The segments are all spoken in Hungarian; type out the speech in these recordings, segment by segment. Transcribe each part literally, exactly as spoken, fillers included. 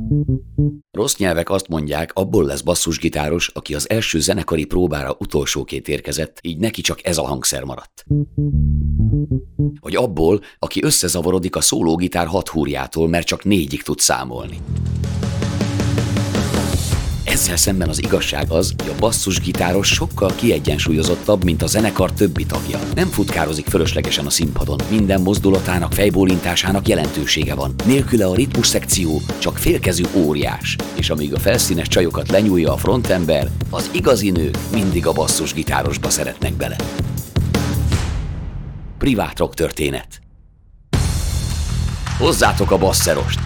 Rossz nyelvek azt mondják, abból lesz basszusgitáros, aki az első zenekari próbára utolsóként érkezett, így neki csak ez a hangszer maradt. Vagy abból, aki összezavarodik a szólógitár hat húrjától, mert csak négyig tud számolni. Ezzel szemben az igazság az, hogy a basszusgitáros sokkal kiegyensúlyozottabb, mint a zenekar többi tagja. Nem futkározik fölöslegesen a színpadon, minden mozdulatának, fejbólintásának jelentősége van. Nélküle a ritmus szekció csak félkezű óriás, és amíg a felszínes csajokat lenyúlja a frontember, az igazi nők mindig a basszusgitárosba szeretnek bele. Privát rock történet. Hozzátok a basszerost!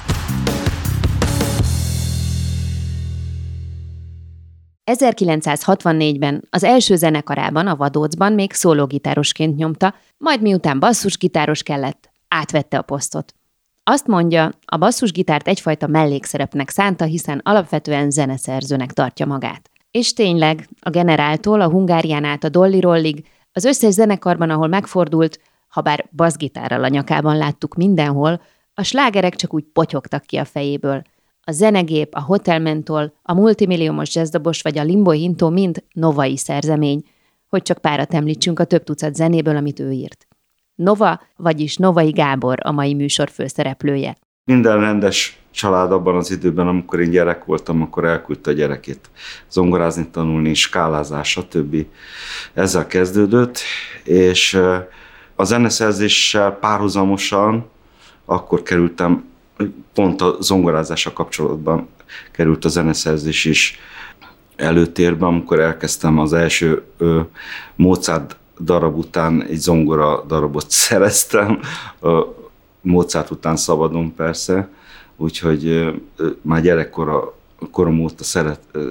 ezerkilencszázhatvannégyben az első zenekarában, a Vadócban még szólógitárosként nyomta, majd miután basszusgitáros kellett, átvette a posztot. Azt mondja, a basszusgitárt egyfajta mellékszerepnek szánta, hiszen alapvetően zeneszerzőnek tartja magát. És tényleg, a Generáltól, a Hungárián át a Dolly Rollig, az összes zenekarban, ahol megfordult, habár basszgitárral a nyakában láttuk mindenhol, a slágerek csak úgy potyogtak ki a fejéből. A Zenegép, a Hotel Mentol, a multimilliómos jazzdobos vagy a Limbo Hintó mind novai szerzemény, hogy csak párat említsünk a több tucat zenéből, amit ő írt. Nova, vagyis Novai Gábor a mai műsor főszereplője. Minden rendes család abban az időben, amikor én gyerek voltam, akkor elküldte a gyerekét zongorázni, tanulni, skálázás, stb. Ezzel kezdődött, és a zeneszerzéssel párhuzamosan akkor kerültem, pont a zongorázással kapcsolatban került a zeneszerzés is előtérbe, amikor elkezdtem az első ö, Mozart darab után egy zongora darabot szereztem, ö, Mozart után szabadon persze, úgyhogy ö, már gyerekkora korom óta szeret, ö,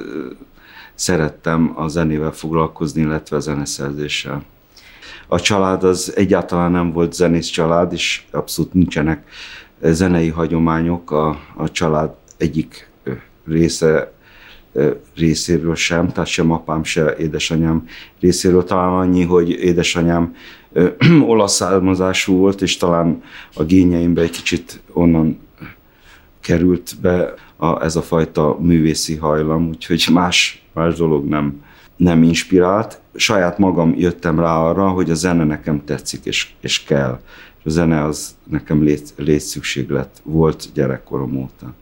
szerettem a zenével foglalkozni, illetve a zeneszerzéssel. A család az egyáltalán nem volt zenész család, és abszolút nincsenek zenei hagyományok a, a család egyik része részéről sem, tehát sem apám, se édesanyám részéről. Talán annyi, hogy édesanyám ö, olasz származású volt, és talán a génjeimbe egy kicsit onnan került be a, ez a fajta művészi hajlam, úgyhogy más, más dolog nem, nem inspirált. Saját magam jöttem rá arra, hogy a zene nekem tetszik és, és kell. A zene az nekem lét, létszükséglet volt gyerekkorom óta.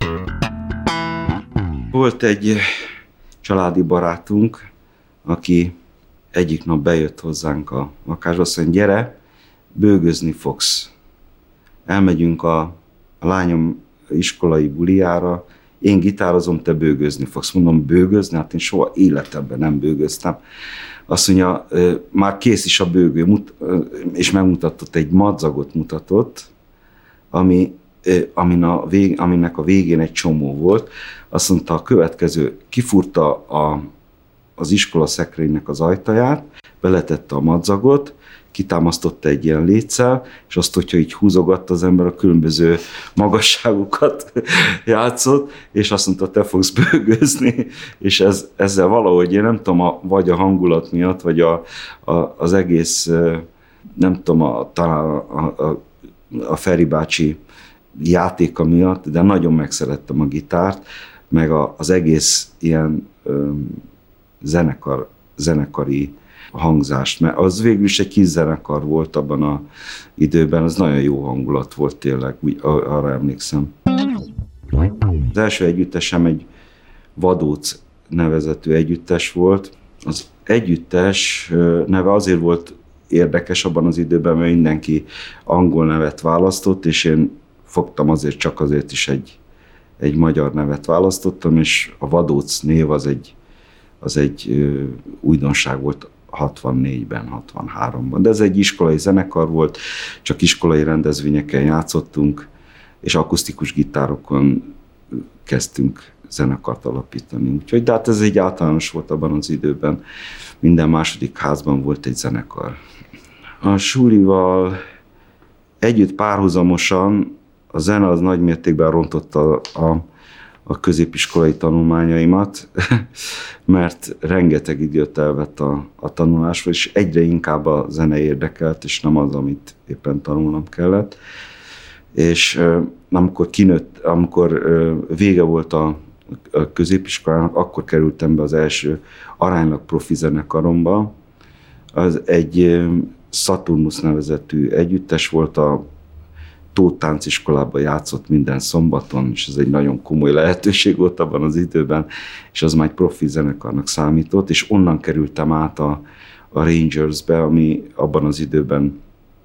Volt egy családi barátunk, aki egyik nap bejött hozzánk a lakásba, azt mondja, gyere, bőgözni fogsz. Elmegyünk a, a lányom iskolai buliára, én gitározom, te bőgözni fogsz. Mondom, bőgözni? Hát én soha életemben nem bőgöztem. Azt mondja, már kész is a bőgő, és megmutatott, egy madzagot mutatott, ami, amin a vég, aminek a végén egy csomó volt. Azt mondta, a következő, kifúrta a, az iskola szekrénynek az ajtaját, beletette a madzagot, kitámasztotta egy ilyen léccel, és azt, hogyha így húzogatta az ember, a különböző magasságokat játszott, és azt mondta, te fogsz bőgözni, és ez, ezzel valahogy, én nem tudom, a, vagy a hangulat miatt, vagy a, a, az egész, nem tudom, a, talán a, a, a Feri bácsi játéka miatt, de nagyon megszerettem a gitárt, meg a, az egész ilyen ö, zenekar, zenekari hangzást, mert az végül is egy kis zenekar volt abban az időben, az nagyon jó hangulat volt tényleg, úgy, arra emlékszem. Az első együttesem egy Vadóc nevezetű együttes volt. Az együttes neve azért volt érdekes abban az időben, mert mindenki angol nevet választott, és én fogtam azért, csak azért is egy, egy magyar nevet választottam, és a Vadóc név az egy, az egy újdonság volt hatvannégyben, hatvanháromban. De ez egy iskolai zenekar volt, csak iskolai rendezvényeken játszottunk, és akusztikus gitárokon kezdtünk zenekart alapítani. Úgyhogy, de hát ez egy általános volt abban az időben. Minden második házban volt egy zenekar. A sulival együtt párhuzamosan a zene az nagy mértékben rontotta a, a középiskolai tanulmányaimat, mert rengeteg időt elvett a, a tanulásról, és egyre inkább a zene érdekelt, és nem az, amit éppen tanulnom kellett. És amikor kinőtt, amikor vége volt a, a középiskolának, akkor kerültem be az első aránylag profi zenekaromba. Az egy Saturnus nevezetű együttes volt, a Tóth tánciskolában játszott minden szombaton, és ez egy nagyon komoly lehetőség volt abban az időben, és az már egy profi zenekarnak számított, és onnan kerültem át a, a Rangersbe, ami abban az időben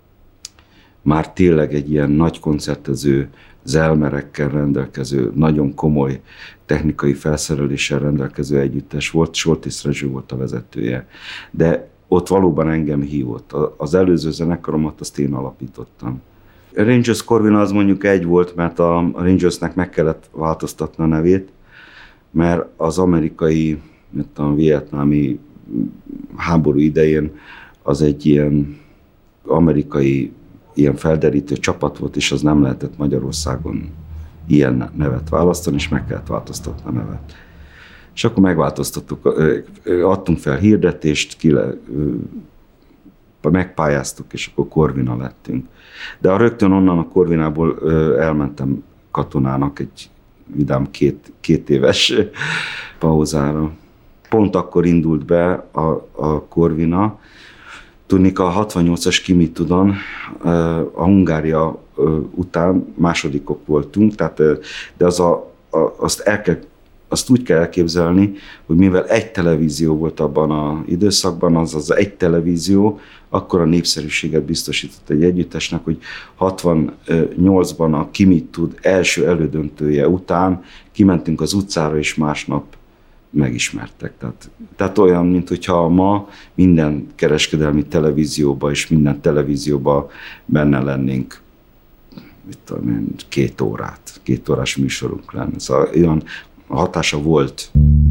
már tényleg egy ilyen nagy koncertező, zelmerekkel rendelkező, nagyon komoly technikai felszereléssel rendelkező együttes volt, Soltész Rezső volt a vezetője. De ott valóban engem hívott. Az előző zenekaromat azt én alapítottam. A Rangers Corvina az mondjuk egy volt, mert a Rangersnek meg kellett változtatni a nevét, mert az amerikai, a vietnámi háború idején az egy ilyen amerikai ilyen felderítő csapat volt, és az nem lehetett Magyarországon ilyen nevet választani, és meg kellett változtatni a nevet. És akkor megváltoztattuk, adtunk fel hirdetést, kile, megpályáztuk, és akkor Corvina lettünk. De a rögtön onnan a Corvinából elmentem katonának egy vidám két, két éves pauzára. Pont akkor indult be a, a Corvina. Tudnék, a hatvannyolcas Kimitudon a Hungária után másodikok voltunk, tehát, de az a, a, azt, el kell, azt úgy kell elképzelni, hogy mivel egy televízió volt abban az időszakban, az az egy televízió, akkor a népszerűséget biztosított egy együttesnek, hogy hatvannyolcban a Kimitud első elődöntője után kimentünk az utcára, és másnap megismertek. Tehát, tehát olyan, mint hogyha ma minden kereskedelmi televízióban és minden televízióban benne lennénk, mit tudom én, két órát, két órás műsorunk lenne. Szóval olyan hatása volt.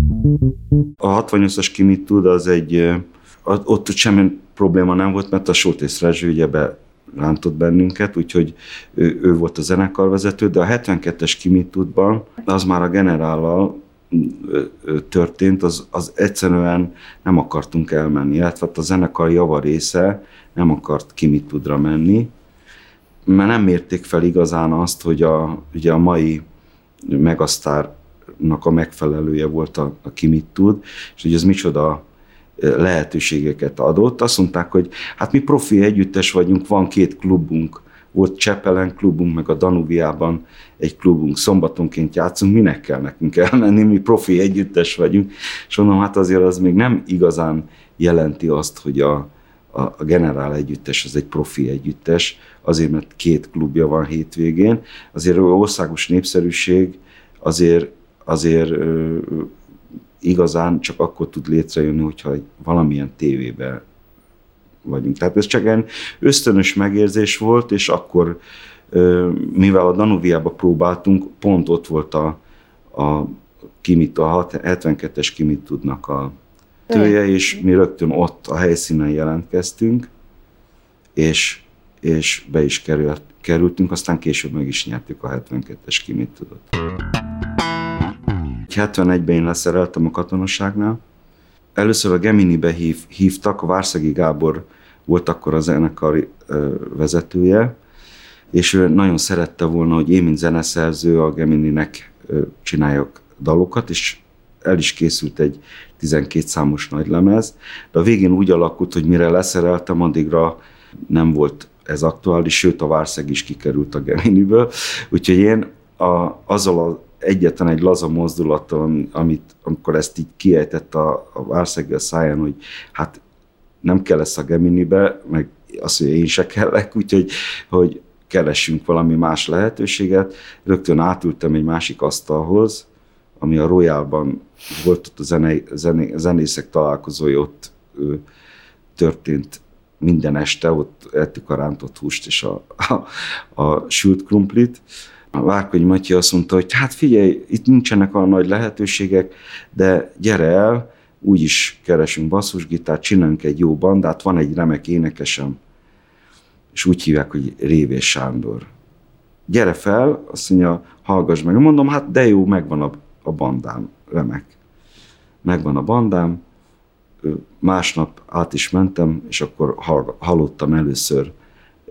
A hatvannyolcas Kimitud az egy, ott semmi probléma nem volt, mert a Soltész Rezső ugye berántott bennünket, úgyhogy ő, ő volt a zenekarvezető, de a hetvenkettes Kimitudban az már a generállal történt, az, az egyszerűen nem akartunk elmenni, illetve a zenekar java része nem akart Kimitudra menni, mert nem mérték fel igazán azt, hogy a, ugye a mai megasztárnak a megfelelője volt a, a Kimitud, és hogy ez micsoda lehetőségeket adott. Azt mondták, hogy hát mi profi együttes vagyunk, van két klubunk, volt Csepelen klubunk, meg a Danubiában egy klubunk, szombatonként játszunk, minek kell nekünk elmenni, mi profi együttes vagyunk. És mondom, hát azért az még nem igazán jelenti azt, hogy a, a, a generál együttes az egy profi együttes, azért, mert két klubja van hétvégén. Azért országos népszerűség azért, azért ö, igazán csak akkor tud létrejönni, hogyha valamilyen tévében vagyunk. Tehát ez csak egy ösztönös megérzés volt, és akkor, mivel a Danubiába próbáltunk, pont ott volt a, a, Kimit, a hetvenkettes Kimitudnak a tője, és mi rögtön ott a helyszínen jelentkeztünk, és, és be is került, kerültünk, aztán később meg is nyertük a hetvenkettes Kimitudot. hetvenegyben én leszereltem a katonaságnál. Először a Geminibe hív, hívtak, a Várszegi Gábor volt akkor a zenekar vezetője, és ő nagyon szerette volna, hogy én, mint zeneszerző, a Gemininek csináljak dalokat, és el is készült egy tizenkét számos nagylemez, de a végén úgy alakult, hogy mire leszereltem, addigra nem volt ez aktuális, sőt a Várszeg is kikerült a Geminiből, úgyhogy én a, azzal a egyetlen egy laza mozdulattal, amit, amikor ezt így kiejtett a, a Várszeggel száján, hogy hát nem kell ezt a Geminibe, meg azt, hogy én se kellek, úgyhogy hogy keressünk valami más lehetőséget. Rögtön átültem egy másik asztalhoz, ami a Royalban volt, ott a zene, zene, zenészek találkozója, ott ö, történt minden este, ott ettük a rántott húst és a, a, a sült krumplit. A Várkonyi Matyi azt mondta, hogy hát figyelj, itt nincsenek olyan nagy lehetőségek, de gyere el, úgyis keresünk basszusgitárt, csináljunk egy jó bandát, van egy remek énekesem, és úgy hívják, hogy Révés Sándor. Gyere fel, azt mondja, hallgass meg. Mondom, hát de jó, megvan a, a bandám, remek. Megvan a bandám, másnap át is mentem, és akkor hallottam először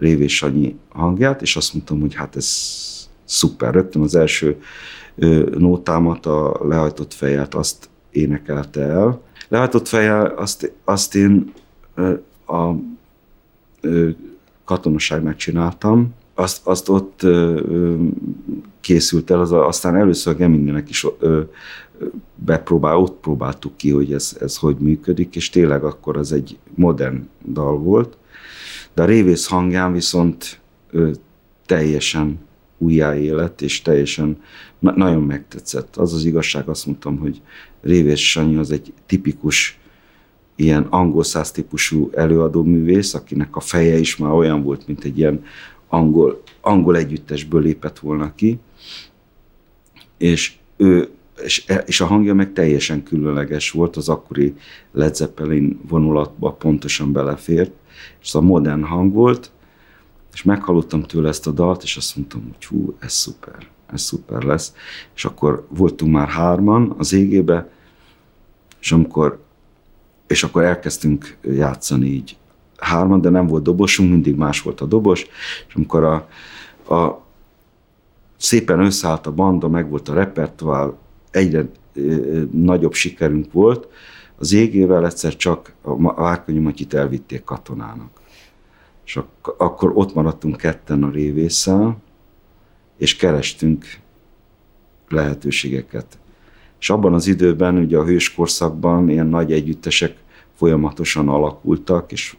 Révés Sanyi hangját, és azt mondtam, hogy hát ez szuper. Rögtön az első ö, nótámat, a Lehajtott fejjelt, azt énekelte el. Lehajtott fejjel azt, azt én ö, a ö, katonaságnál csináltam, azt, azt ott ö, ö, készült el, az a, aztán először a Gemininek is ö, bepróbál, ott próbáltuk ki, hogy ez, ez hogy működik, és tényleg akkor az egy modern dal volt, de a Révész hangján viszont ö, teljesen újjáélet, és teljesen na- nagyon megtetszett. Az az igazság, azt mondtam, hogy Révés Sanyi az egy tipikus ilyen angol száz típusú előadóművész, akinek a feje is már olyan volt, mint egy ilyen angol, angol együttesből lépett volna ki, és ő És, és a hangja meg teljesen különleges volt, az akkori Led Zeppelin vonulatba pontosan belefért, és a modern hang volt, és meghallottam tőle ezt a dalt, és azt mondtam, hogy hú, ez szuper, ez szuper lesz. És akkor voltunk már hárman az égébe, és amikor, és akkor elkezdtünk játszani így hárman, de nem volt dobosunk, mindig más volt a dobos, és amikor a, a szépen összeállt a banda, meg volt a repertoár, egyre nagyobb sikerünk volt, az égével egyszer csak a Várkonyi Matyit elvitték katonának. És ak- akkor ott maradtunk ketten a Révésszel, és kerestünk lehetőségeket. És abban az időben, ugye a hőskorszakban ilyen nagy együttesek folyamatosan alakultak, és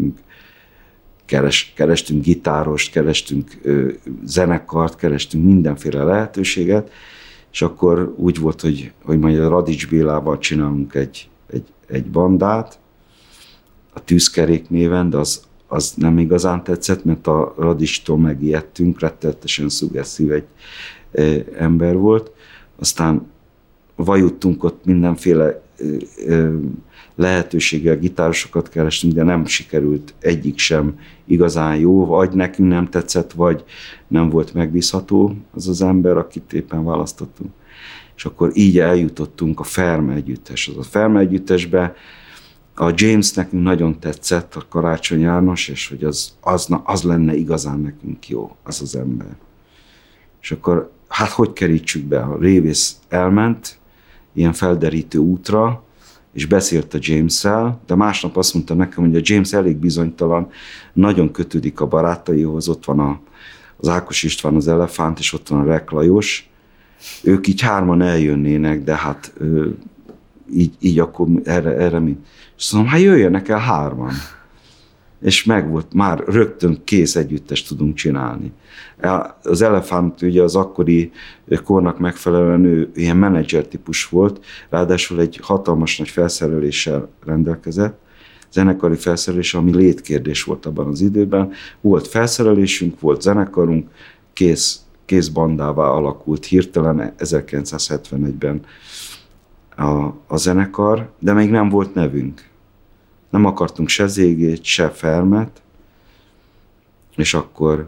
keres, kerestünk gitárost, kerestünk ö, zenekart, kerestünk mindenféle lehetőséget, és akkor úgy volt, hogy, hogy majd a Radics Bélával csinálunk egy, egy, egy bandát, a Tűzkerék néven, de az, az nem igazán tetszett, mert a Radicstól megijedtünk, rettenetesen szugesszív egy e, ember volt. Aztán vajuttunk ott mindenféle e, e, lehetőséggel, gitárosokat kerestünk, de nem sikerült egyik sem igazán jó, vagy nekünk nem tetszett, vagy nem volt megbízható az az ember, akit éppen választottunk. És akkor így eljutottunk a Ferme együttes. Az a Ferme együttesbe a James nekünk nagyon tetszett, a Karácsony János, és hogy az, az, az lenne igazán nekünk jó, az az ember. És akkor hát hogy kerítsük be? A Révész elment ilyen felderítő útra, és beszélt a James-szel, de másnap azt mondta nekem, hogy a James elég bizonytalan, nagyon kötődik a barátaihoz, ott van a, az Ákos István, az Elefánt, és ott van a Rek Lajos. Ők így hárman eljönnének, de hát ö, így, így akkor erre, erre mi? És mondom, hát jöjjenek el hárman. És meg volt, már rögtön kész együttest tudunk csinálni. Az Elefánt ugye az akkori kornak megfelelően ő ilyen menedzser típus volt, ráadásul egy hatalmas nagy felszereléssel rendelkezett, zenekari felszerelés, ami létkérdés volt abban az időben. Volt felszerelésünk, volt zenekarunk, kész, kész bandává alakult hirtelen ezerkilencszázhetvenegyben a, a zenekar, de még nem volt nevünk. Nem akartunk se Zégét, se Fermet, és akkor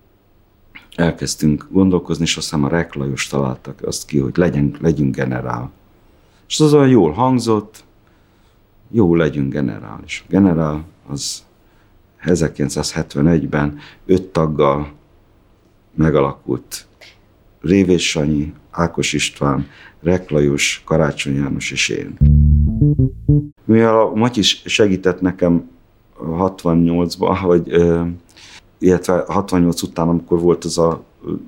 elkezdtünk gondolkozni, és aztán a Rek Lajos találtak azt ki, hogy legyen, legyünk generál. És az olyan jól hangzott, jó, legyünk generál. És a generál az ezerkilencszázhetvenegyben öt taggal megalakult. Révés Sanyi, Ákos István, Rek Lajos, Karácsony János és én. Mivel a Matyi segített nekem hatvannyolcban, vagy, illetve hatvannyolc után, amikor volt az a,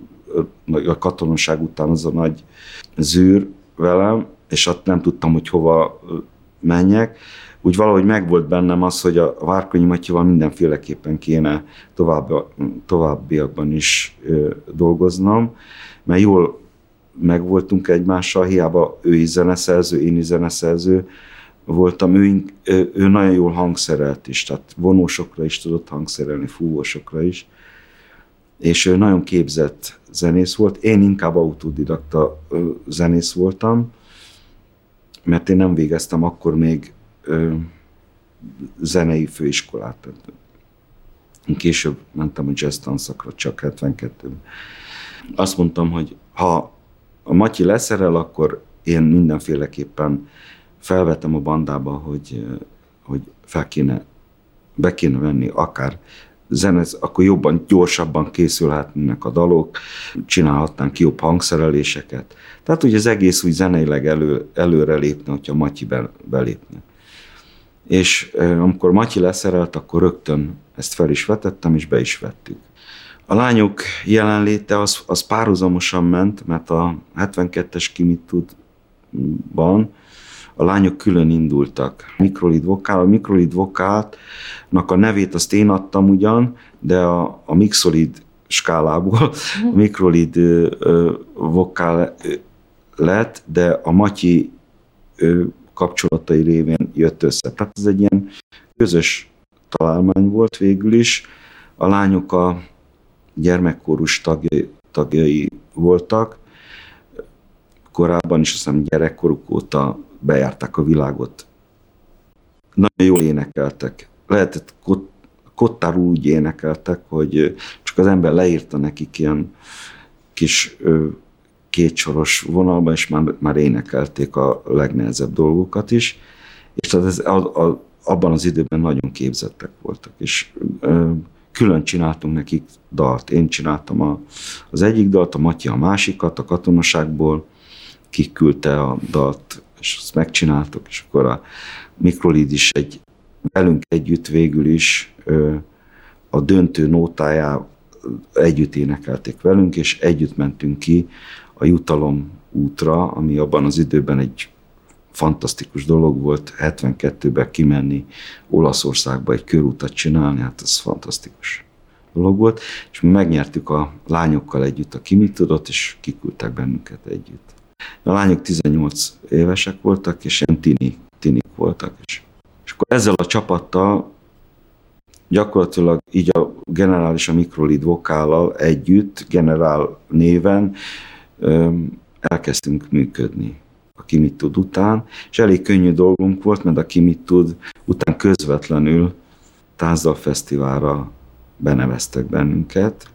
a katonaság után az a nagy zűr velem, és ott nem tudtam, hogy hova menjek, úgy valahogy megvolt bennem az, hogy a Várkonyi Matyival mindenféleképpen kéne tovább, továbbiakban is dolgoznom, mert jól megvoltunk egymással, hiába ő is zeneszerző, én is zeneszerző voltam, ő, ő nagyon jól hangszerelt is, tehát vonósokra is tudott hangszerelni, fúvósokra is, és ő nagyon képzett zenész volt, én inkább autodidakta zenész voltam, mert én nem végeztem akkor még ö, zenei főiskolát. Én később mentem a jazz tanszakra, csak hetvenkettőben. Azt mondtam, hogy ha a Matyi leszerel, akkor én mindenféleképpen felvettem a bandába, hogy, hogy fel kéne, be kéne venni akár zene, akkor jobban, gyorsabban készülhetnek a dalok, csinálhatnánk jobb hangszereléseket. Tehát ugye az egész úgy zeneileg elő, előre lépne, hogyha Matyi be, belépne. És eh, amikor Matyi leszerelt, akkor rögtön ezt fel is vetettem, és be is vettük. A lányok jelenléte az, az párhuzamosan ment, mert a hetvenkettes Ki mit tudban a lányok külön indultak. Mikrolid vokál, a mikrolid vokálnak a nevét azt én adtam ugyan, de a, a mixolid skálából a mikrolid ö, ö, vokál lett, de a Matyi ö, kapcsolatai révén jött össze. Tehát ez egy ilyen közös találmány volt végül is. A lányok a gyermekkórus tagjai, tagjai voltak. Korábban is, azt hiszem, gyerekkoruk óta bejárták a világot. Nagyon jól énekeltek. Lehetett kot, kottár úgy énekeltek, hogy csak az ember leírta nekik ilyen kis ö, kétsoros vonalban, és már, már énekelték a legnehezebb dolgokat is. És tehát ez, a, a, abban az időben nagyon képzettek voltak. És ö, külön csináltunk nekik dalt. Én csináltam a, az egyik dalt, a Matyi a másikat, a katonaságból, kiküldte a dalt, és azt megcsináltuk, és akkor a Mikrolid is egy, velünk együtt végül is ö, a döntő nótájá együtt énekelték velünk, és együtt mentünk ki a Jutalom útra, ami abban az időben egy fantasztikus dolog volt, hetvenkettőben kimenni Olaszországba egy körutat csinálni, hát ez fantasztikus dolog volt, és mi megnyertük a lányokkal együtt a Ki mit tudott, és kiküldtek bennünket együtt. A lányok tizennyolc évesek voltak, és ilyen tini, tinik voltak. És, és akkor ezzel a csapattal gyakorlatilag így a Generál és a Mikrolid vokállal együtt, Generál néven öm, elkezdtünk működni a Ki mit tud után, és elég könnyű dolgunk volt, mert a Ki mit tud után közvetlenül Tánzdal Fesztiválra beneveztek bennünket,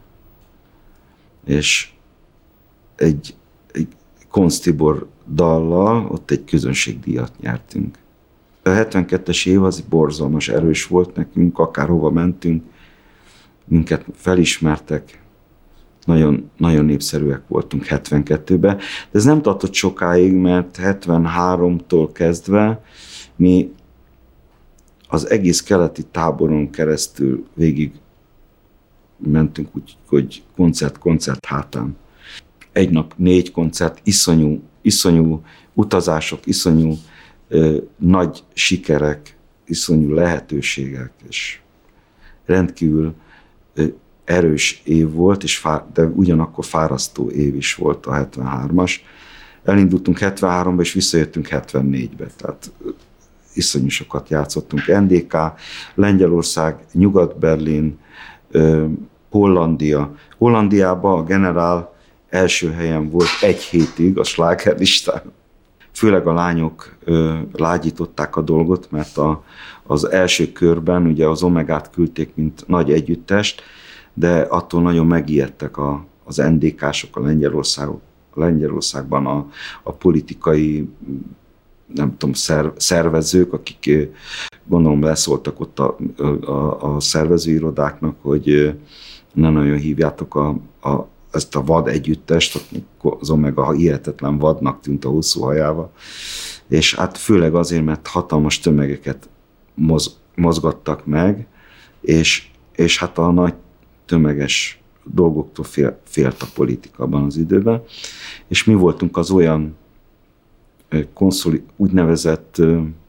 és egy, egy Koncz Tibor dallal ott egy közönségdíjat nyertünk. A hetvenkettes év az borzalmas erős volt nekünk, akárhova mentünk, minket felismertek, nagyon, nagyon népszerűek voltunk hetvenkettőben, de ez nem tartott sokáig, mert hetvenháromtól kezdve mi az egész keleti táboron keresztül végig mentünk, úgy, hogy koncert-koncert hátán. Egy nap négy koncert, iszonyú, iszonyú utazások, iszonyú ö, nagy sikerek, iszonyú lehetőségek, és rendkívül ö, erős év volt, és fá, de ugyanakkor fárasztó év is volt a hetvenhármas. Elindultunk hetvenháromba, és visszajöttünk hetvennégybe, tehát ö, iszonyú sokat játszottunk. en dé ká, Lengyelország, Nyugat-Berlin, ö, Hollandia. Hollandiában a Generál első helyen volt egy hétig a slágerlistán. Főleg a lányok ö, lágyították a dolgot, mert a, az első körben ugye az Omegát küldték, mint nagy együttest, de attól nagyon megijedtek a, az en dé ká-sok a Lengyelország, Lengyelországban a, a politikai, nem tudom, szervezők, akik gondolom leszóltak ott a, a, a szervezőirodáknak, hogy ne nagyon hívjátok a, a ezt a vad együttest, az Omega hihetetlen vadnak tűnt a hosszú hajával, és hát főleg azért, mert hatalmas tömegeket moz, mozgattak meg, és, és hát a nagy tömeges dolgoktól fél, félt a politika abban az időben, és mi voltunk az olyan konszoli, úgynevezett,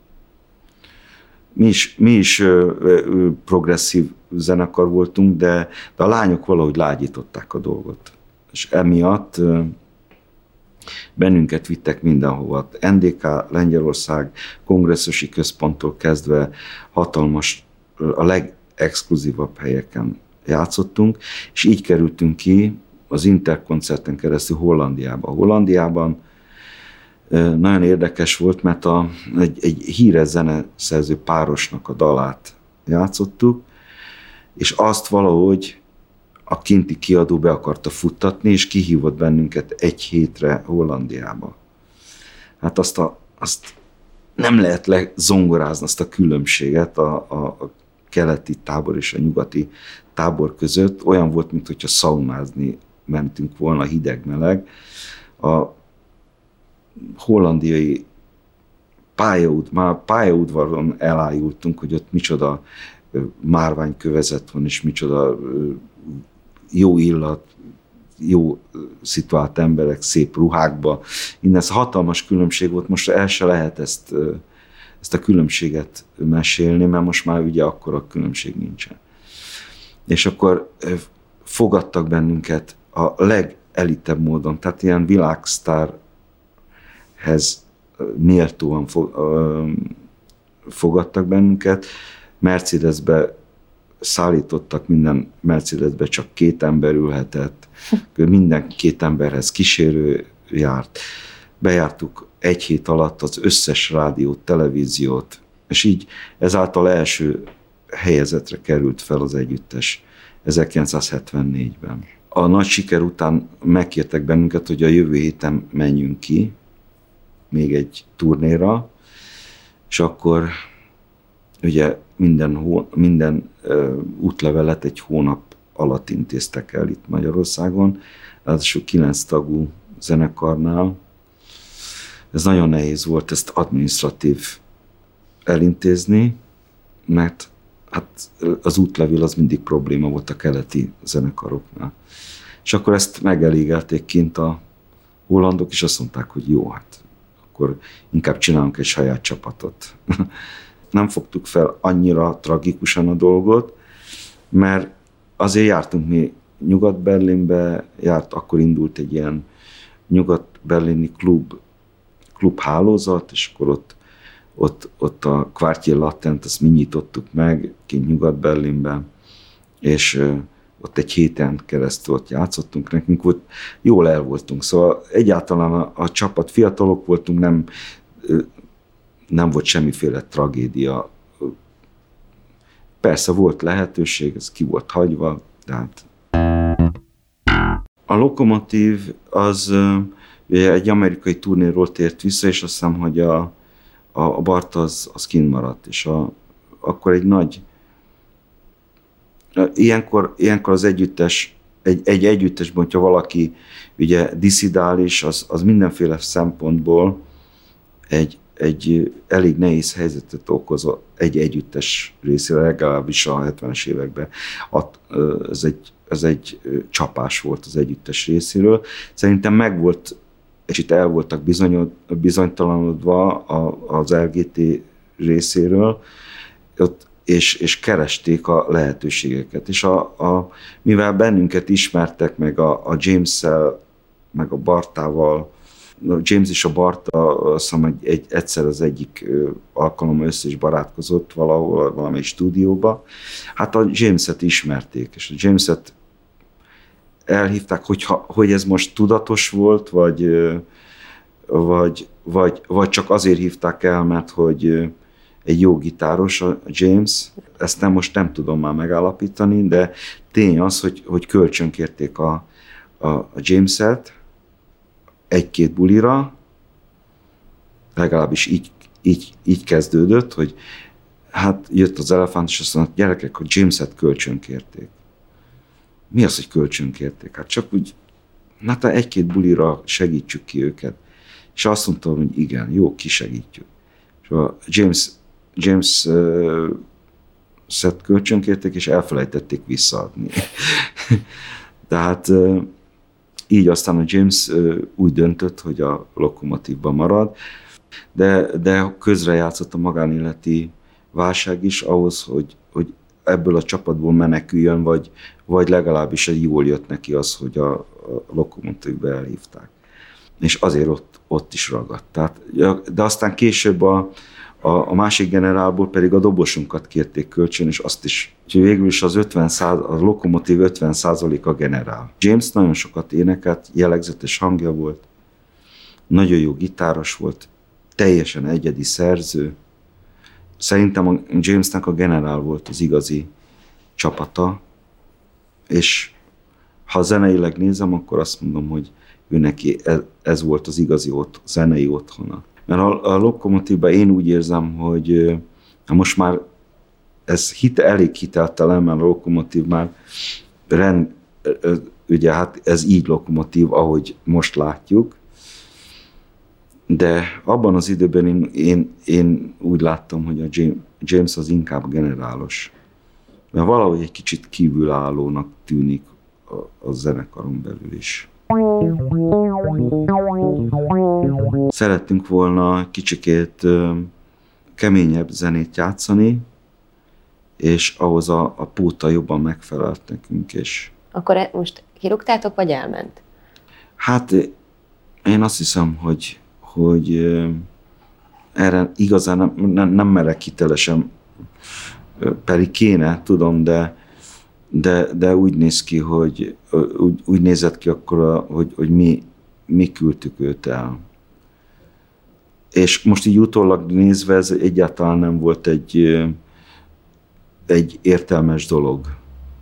mi is, mi is progresszív zenekar voltunk, de, de a lányok valahogy lágyították a dolgot. És emiatt bennünket vittek mindenhova. en dé ká, Lengyelország, kongresszusi központtól kezdve hatalmas, a legexkluzívabb helyeken játszottunk, és így kerültünk ki az Interkoncerten keresztül Hollandiába. Hollandiában nagyon érdekes volt, mert a, egy, egy híres zeneszerző párosnak a dalát játszottuk, és azt valahogy a kinti kiadó be akarta futtatni, és kihívott bennünket egy hétre Hollandiába. Hát azt, a, azt nem lehet lezongorázni, azt a különbséget a, a, keleti tábor és a nyugati tábor között olyan volt, mintha szaunázni mentünk volna, hideg-meleg. A hollandiai pályaud, már pályaudvaron elájultunk, hogy ott micsoda márványkövezet van, és micsoda jó illat, jó szituált emberek, szép ruhákba. Innen ez hatalmas különbség volt, most el se lehet ezt, ezt a különbséget mesélni, mert most már ugye akkora különbség nincsen. És akkor fogadtak bennünket a legelitebb módon, tehát ilyen világsztárhez méltóan fogadtak bennünket, Mercedesbe szállítottak, minden Mercedesbe csak két ember ülhetett, minden két emberhez kísérő járt. Bejártuk egy hét alatt az összes rádiót, televíziót, és így ezáltal első helyezetre került fel az együttes ezerkilencszázhetvennégyben. A nagy siker után megkértek bennünket, hogy a jövő héten menjünk ki, még egy turnéra, és akkor ugye minden, hó, minden uh, útlevelet egy hónap alatt intéztek el itt Magyarországon, ráadásul kilenc tagú zenekarnál. Ez nagyon nehéz volt ezt adminisztratív elintézni, mert hát az útlevél az mindig probléma volt a keleti zenekaroknál. És akkor ezt megelégelték kint a hollandok, és azt mondták, hogy jó, hát akkor inkább csinálunk egy saját csapatot. Nem fogtuk fel annyira tragikusan a dolgot, mert azért jártunk mi Nyugat-Berlinbe, járt, akkor indult egy ilyen nyugat-berlini klub, klubhálózat, és akkor ott, ott, ott a Quartier Latent, azt mi nyitottuk meg kint Nyugat-Berlinben, és ott egy héten keresztül ott játszottunk, nekünk volt, jól el voltunk, szóval egyáltalán a, a csapat, fiatalok voltunk, nem, nem volt semmiféle tragédia. Persze volt lehetőség, ez ki volt hagyva, de hát... A Lokomotív az ugye egy amerikai turnéról tért vissza, és azt hiszem, hogy a, a, a Bart az, az kint maradt, és a, akkor egy nagy... Ilyenkor, ilyenkor az együttes, egy, egy együttesben, hogyha valaki ugye disszidális, az, az mindenféle szempontból egy, egy elég nehéz helyzetet okoz egy együttes részére, legalábbis a hetvenes években. Ez egy, ez egy csapás volt az együttes részéről. Szerintem megvolt, és itt el voltak bizonyod, bizonytalanodva az el gé té részéről, ott És, és keresték a lehetőségeket. És a, a, mivel bennünket ismertek, meg a, a James-szel, meg a Bartával, a James és a Barta, azt hiszem, hogy egy, egyszer az egyik alkalommal össze is barátkozott valahol, valamelyik stúdióba, hát a James-et ismerték, és a James-et elhívták, hogy, hogy ez most tudatos volt, vagy, vagy, vagy, vagy csak azért hívták el, mert hogy egy jó gitáros a James, ezt nem, most nem tudom már megállapítani, de tény az, hogy, hogy kölcsönkérték a, a, a James-et egy-két bulira, legalábbis így, így, így kezdődött, hogy hát jött az elefánt, és azt mondta, gyerekek, hogy James-et kölcsönkérték. Mi az, hogy kölcsönkérték? Hát csak úgy, hát egy-két bulira segítsük ki őket. És azt mondtam, hogy igen, jó, kisegítjük. És a James James uh, szett kölcsönkérték, és elfelejtették visszaadni. Tehát uh, így aztán a James uh, úgy döntött, hogy a Lokomotívban marad, de, de közrejátszott a magánéleti válság is ahhoz, hogy, hogy ebből a csapatból meneküljön, vagy, vagy legalábbis jól jött neki az, hogy a, a Lokomotívbe elhívták. És azért ott, ott is ragadt. Tehát, de aztán később a A, a másik generálból pedig a dobosunkat kérték kölcsön, és azt is. Úgyhogy végül is az ötven száz, a Lokomotív ötven százalék a generál. James nagyon sokat énekelt, jellegzetes hangja volt, nagyon jó gitáros volt, teljesen egyedi szerző. Szerintem a Jamesnek a generál volt az igazi csapata, és ha zeneileg nézem, akkor azt mondom, hogy ő neki ez, ez volt az igazi ott, zenei otthona. Mert a, a Lokomotívban én úgy érzem, hogy most már ez hite, elég hiteltelen, mert a Lokomotív már rend, ugye hát ez így Lokomotív, ahogy most látjuk, de abban az időben én, én, én úgy láttam, hogy a James az inkább generálos, mert valahogy egy kicsit kívülállónak tűnik a, a zenekaron belül is. Szerettünk volna kicsikét keményebb zenét játszani, és ahhoz a, a póta jobban megfelelt nekünk. És akkor most kirúgtátok, vagy elment? Hát én azt hiszem, hogy, hogy erre igazán nem, nem, nem merek hitelesen, pedig kéne, tudom, de, de, de úgy néz ki, hogy úgy, úgy nézett ki akkor, hogy, hogy mi, mi küldtük őt el. És most így utólag nézve ez egyáltalán nem volt egy, egy értelmes dolog.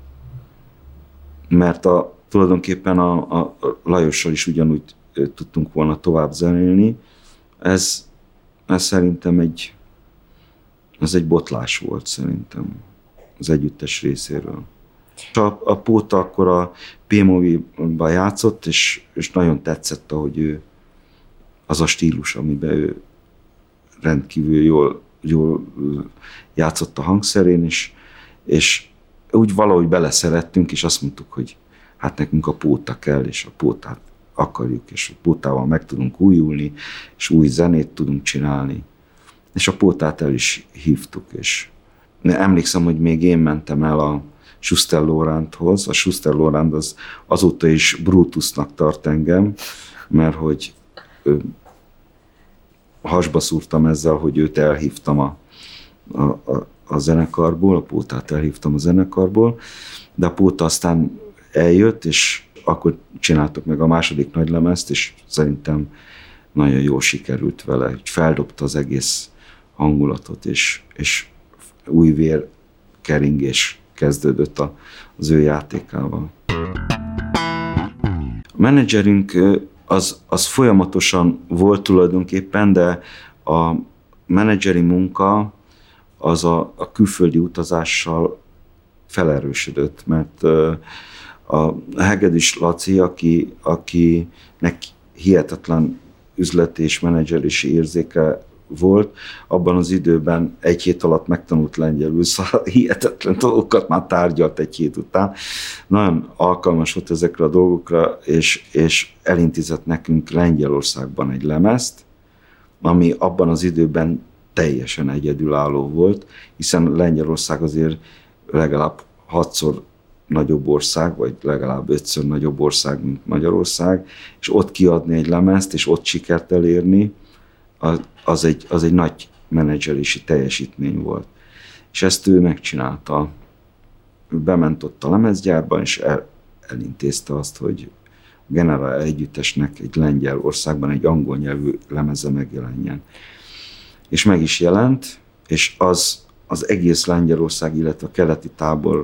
Mert a, tulajdonképpen a, a Lajossal is ugyanúgy tudtunk volna tovább zenélni. Ez, ez szerintem egy, ez egy botlás volt szerintem az együttes részéről. A, a Póta akkor a P-Movie-ban játszott, és, és nagyon tetszett, ahogy ő, az a stílus, amiben ő rendkívül jól, jól játszott a hangszerén, és, és úgy valahogy beleszerettünk, és azt mondtuk, hogy hát nekünk a Póta kell, és a Pótát akarjuk, és a Pótával meg tudunk újulni, és új zenét tudunk csinálni. És a Pótát el is hívtuk, és emlékszem, hogy még én mentem el a Schuster Lorándhoz. A Schuster Loránd az azóta is Brutusnak tart engem, mert hogy hasba szúrtam ezzel, hogy őt elhívtam a, a, a, a zenekarból, a Pótát elhívtam a zenekarból, de a Póta aztán eljött, és akkor csináltuk meg a második nagylemezt, és szerintem nagyon jól sikerült vele, hogy feldobta az egész hangulatot, és, és új vérkeringés kezdődött a, az ő játékával. A menedzserünk az, az folyamatosan volt tulajdonképpen, de a menedzseri munka az a, a külföldi utazással felerősödött, mert a Hegedűs Laci, aki, akinek hihetetlen üzleti és menedzserési érzéke volt, abban az időben egy hét alatt megtanult lengyelül, szóval hihetetlen dolgokat már tárgyalt egy hét után. Nagyon alkalmas volt ezekre a dolgokra, és, és elintézett nekünk Lengyelországban egy lemezt, ami abban az időben teljesen egyedülálló volt, hiszen Lengyelország azért legalább hatszor nagyobb ország, vagy legalább ötször nagyobb ország, mint Magyarország, és ott kiadni egy lemezt, és ott sikert elérni, az, az, egy, az egy nagy menedzselési teljesítmény volt. És ezt ő megcsinálta. Ő bement ott a lemezgyárban, és el, elintézte azt, hogy a Generál együttesnek egy lengyel országban egy angol nyelvű lemeze megjelenjen. És meg is jelent, és az, az egész Lengyelország, illetve a keleti tábor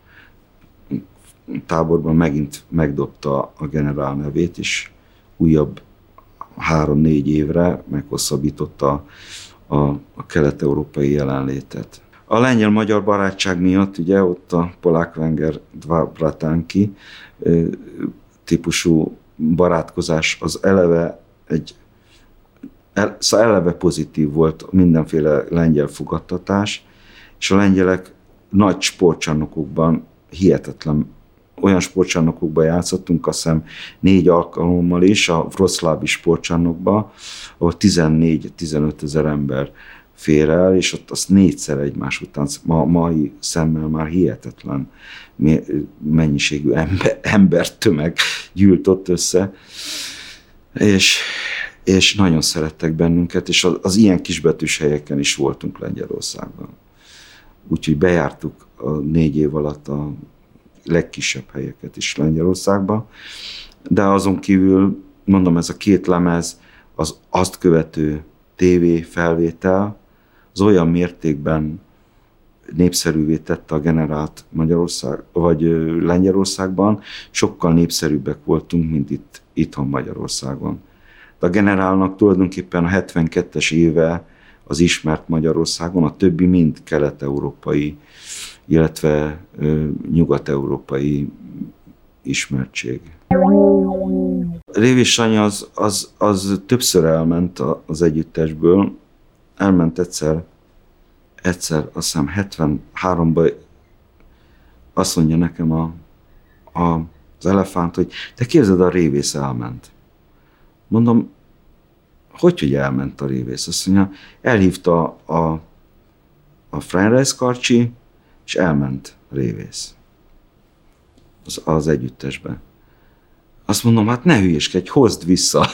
táborban megint megdobta a Generál nevét, és újabb három-négy évre meghosszabbította a, a kelet-európai jelenlétet. A lengyel-magyar barátság miatt ugye ott a Polák-Wenger Dva Bratánky típusú barátkozás az eleve egy el, szóval eleve pozitív volt mindenféle lengyel fogadtatás, és a lengyelek nagy sportcsarnokokban hihetetlen olyan sportcsarnokokban játszottunk, azt hiszem négy alkalommal is, a wroclawi sportcsarnokban, ahol tizennégy-tizenöt ezer ember fér el, és ott azt négyszer egymás után, ma, mai szemmel már hihetetlen mennyiségű ember, embertömeg gyűlt ott össze, és, és nagyon szerettek bennünket, és az, az ilyen kisbetűs helyeken is voltunk Lengyelországban. Úgyhogy bejártuk a négy év alatt a legkisebb helyeket is Lengyelországban, de azon kívül, mondom, ez a két lemez, az azt követő tévé felvétel, az olyan mértékben népszerűvé tette a Generált Magyarország, vagy Lengyelországban, sokkal népszerűbbek voltunk, mint itt, itthon Magyarországon. De a Generálnak tulajdonképpen a hetvenkettes éve az ismert Magyarországon, a többi mind kelet-európai, illetve ö, nyugat-európai ismertség. Révés Sanyi az, az, az többször elment az együttesből, elment egyszer, egyszer azt hiszem hetvenháromban azt mondja nekem a, a, az elefánt, hogy te képzeld, a Révész elment. Mondom, hogy, hogy elment a Révész? Azt mondja, elhívta a, a Freinreis Karcsi, és elment a Révész az, az együttesbe. Azt mondom, hát ne hülyéskedj, hozd vissza.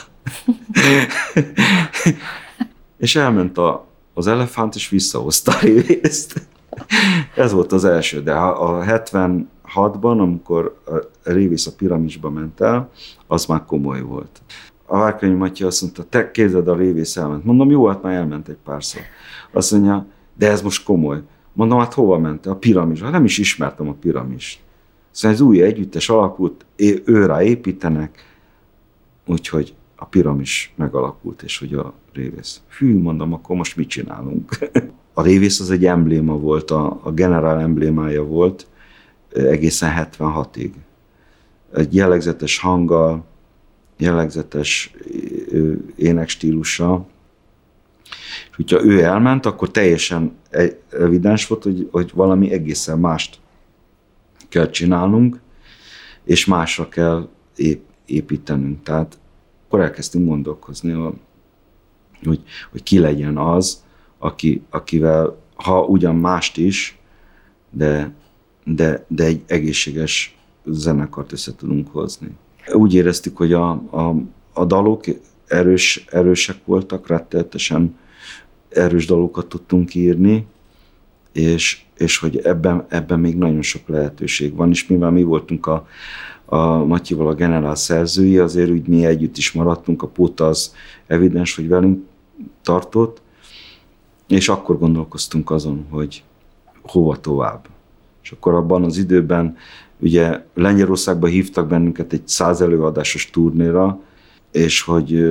És elment a, az elefánt, és visszahozta a Révészt. Ez volt az első, de a hetvenhatban, amikor a Révész a Piramisba ment el, az már komoly volt. A Várkonyi Matyi azt mondta, te képzeld, a Révész elment. Mondom, jó, hát már elment egy párszor. Azt mondja, de ez most komoly. Mondom, hát hova ment? A Piramisba. Hát nem is ismertem a Piramist. Szóval ez új együttes alakult, ő rá építenek, úgyhogy a Piramis megalakult, és hogy a Révész. Hű, mondom, akkor most mit csinálunk? A Révész az egy embléma volt, a, a generál emblémája volt egészen hetvenhatig. Egy jellegzetes hanggal, jellegzetes énekstílussal. És hogyha ő elment, akkor teljesen evidens volt, hogy, hogy valami egészen mást kell csinálnunk, és másra kell építenünk. Tehát akkor elkezdtünk gondolkozni, hogy, hogy ki legyen az, aki, akivel, ha ugyan mást is, de, de, de egy egészséges zenekart össze tudunk hozni. Úgy éreztük, hogy a, a, a dalok erős, erősek voltak, rettenetesen erős dalokat tudtunk írni, és, és hogy ebben, ebben még nagyon sok lehetőség van, és mivel mi voltunk a, a Matyival a generál szerzői, azért úgy mi együtt is maradtunk, a Póta az evidens, hogy velünk tartott, és akkor gondolkoztunk azon, hogy hova tovább. És akkor abban az időben ugye Lengyelországba hívtak bennünket egy száz előadásos turnéra, és hogy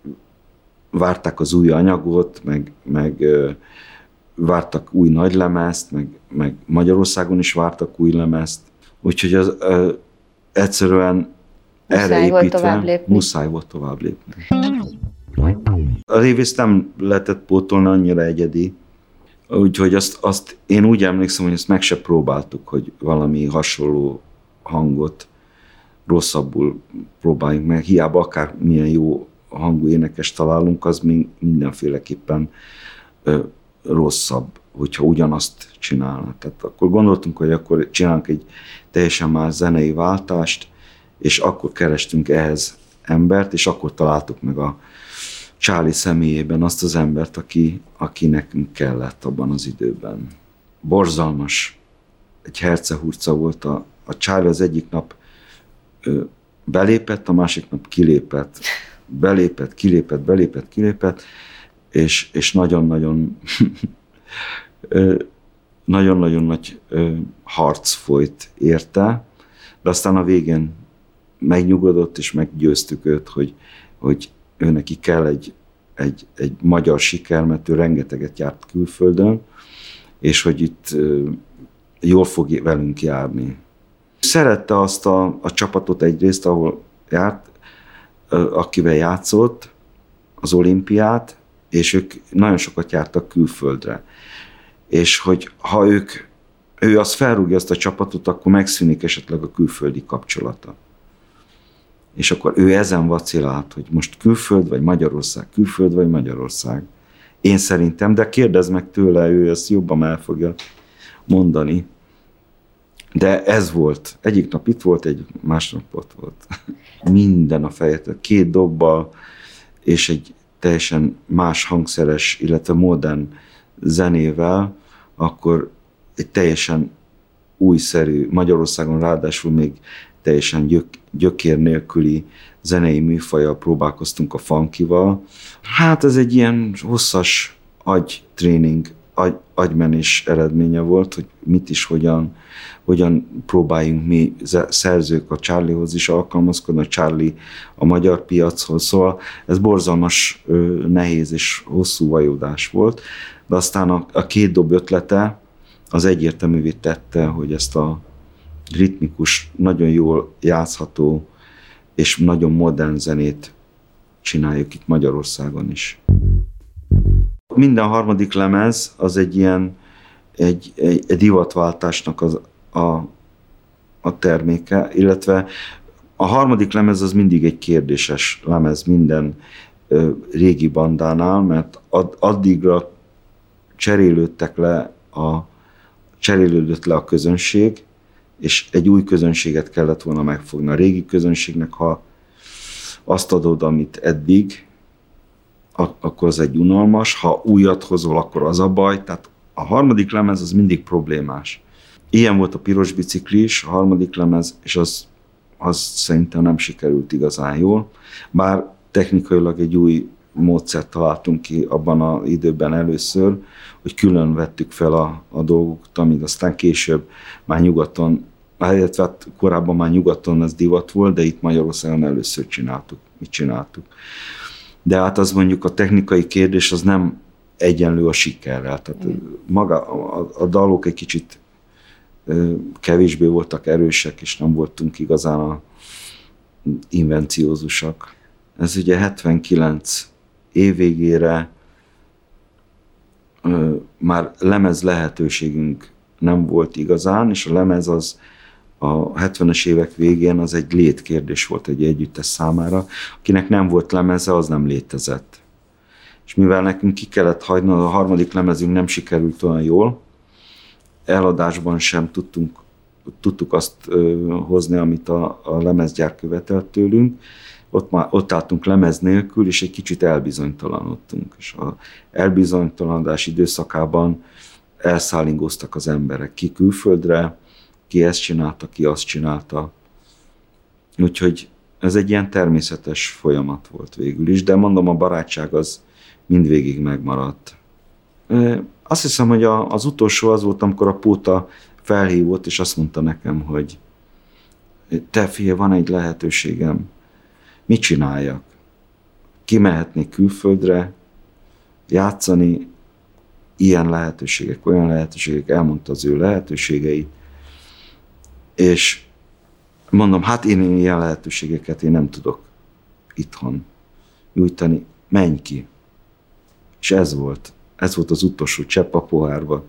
várták az új anyagot, meg, meg vártak új nagylemezt, meg, meg Magyarországon is vártak új lemezt. Úgyhogy az ö, egyszerűen muszáj erre volt építve tovább lépni. muszáj volt tovább lépni. A Révészt nem lehetett pótolni, annyira egyedi. Úgyhogy azt, azt én úgy emlékszem, hogy ezt meg se próbáltuk, hogy valami hasonló hangot rosszabbul próbáljunk meg. Hiába akár milyen jó hangú énekes találunk, az mindenféleképpen ö, rosszabb, hogyha ugyanazt csinálna. Tehát akkor gondoltunk, hogy akkor csinálunk egy teljesen más zenei váltást, és akkor kerestünk ehhez embert, és akkor találtuk meg a Charlie személyében azt az embert, aki, aki nekünk kellett abban az időben. Borzalmas, egy hercehurca volt. A, a Charlie az egyik nap ö, belépett, a másik nap kilépett. Belépett, kilépett, belépett, kilépett, és, és nagyon-nagyon nagyon-nagyon nagy harc folyt érte, de aztán a végén megnyugodott, és meggyőztük őt, hogy, hogy ő neki kell egy, egy, egy magyar siker, mert ő rengeteget járt külföldön, és hogy itt jól fog velünk járni. Szerette azt a, a csapatot egyrészt, ahol járt, akivel játszott, az olimpiát, és ők nagyon sokat jártak külföldre. És hogy ha ők, ő azt felrúgja azt a csapatot, akkor megszűnik esetleg a külföldi kapcsolata. És akkor ő ezen vacilált, hogy most külföld vagy Magyarország, külföld vagy Magyarország. Én szerintem, de kérdezd meg tőle, ő ezt jobban el fogja mondani. De ez volt. Egyik nap itt volt, egy másnap ott volt. Minden a fejet, két dobbal, és egy teljesen más hangszeres, illetve modern zenével, akkor egy teljesen újszerű, Magyarországon ráadásul még teljesen gyök, gyökér nélküli zenei műfajjal próbálkoztunk a funkival. Hát ez egy ilyen hosszas agytréning agy, agymenés eredménye volt, hogy mit is, hogyan, hogyan próbáljunk mi szerzők a Charliehoz is alkalmazkodni, a Charlie a magyar piachoz. Szóval ez borzalmas, nehéz és hosszú vajudás volt, de aztán a, a két dob ötlete az egyértelművé tette, hogy ezt a ritmikus, nagyon jól játszható és nagyon modern zenét csináljuk itt Magyarországon is. Minden harmadik lemez az egy ilyen egy, egy, egy divatváltásnak az, a, a terméke, illetve a harmadik lemez az mindig egy kérdéses lemez minden ö, régi bandánál, mert ad, addigra cserélődtek le a, cserélődött le a közönség, és egy új közönséget kellett volna megfogni. A régi közönségnek, ha azt adod, amit eddig, akkor az egy unalmas, ha újat hozol, akkor az a baj. Tehát a harmadik lemez az mindig problémás. Ilyen volt a Piros bicikli is, a harmadik lemez, és az, az szerintem nem sikerült igazán jól. Bár technikailag egy új módszert találtunk ki abban az időben először, hogy külön vettük fel a, a dolgokat, amit aztán később már nyugaton, illetve hát korábban már nyugaton ez divat volt, de itt Magyarországon először csináltuk, mit csináltuk. De hát az mondjuk a technikai kérdés az nem egyenlő a sikerrel. Tehát maga, a, a dalok egy kicsit kevésbé voltak erősek, és nem voltunk igazán a invenciózusak. Ez ugye hetvenkilenc év végére már lemez lehetőségünk nem volt igazán, és a lemez az a hetvenes évek végén az egy létkérdés volt egy együttes számára. Akinek nem volt lemeze, az nem létezett. És mivel nekünk ki kellett hagyni, a harmadik lemezünk nem sikerült olyan jól, eladásban sem tudtunk, tudtuk azt ö, hozni, amit a, a lemezgyár követelt tőlünk. Ott, már, ott álltunk lemez nélkül, és egy kicsit elbizonytalanodtunk. És az elbizonytalanodás időszakában elszállingoztak az emberek ki külföldre, ki ezt csinálta, ki azt csinálta. Úgyhogy ez egy ilyen természetes folyamat volt végül is, de mondom, a barátság az mindvégig megmaradt. Azt hiszem, hogy az utolsó az volt, amikor a Póta felhívott, és azt mondta nekem, hogy te figyelj, van egy lehetőségem, mit csináljak? Kimehetnék külföldre, játszani, ilyen lehetőségek, olyan lehetőségek, elmondta az ő lehetőségeit, és mondom, hát én ilyen lehetőségeket én nem tudok itthon nyújtani, menj ki. És ez volt, ez volt az utolsó csepp a pohárba.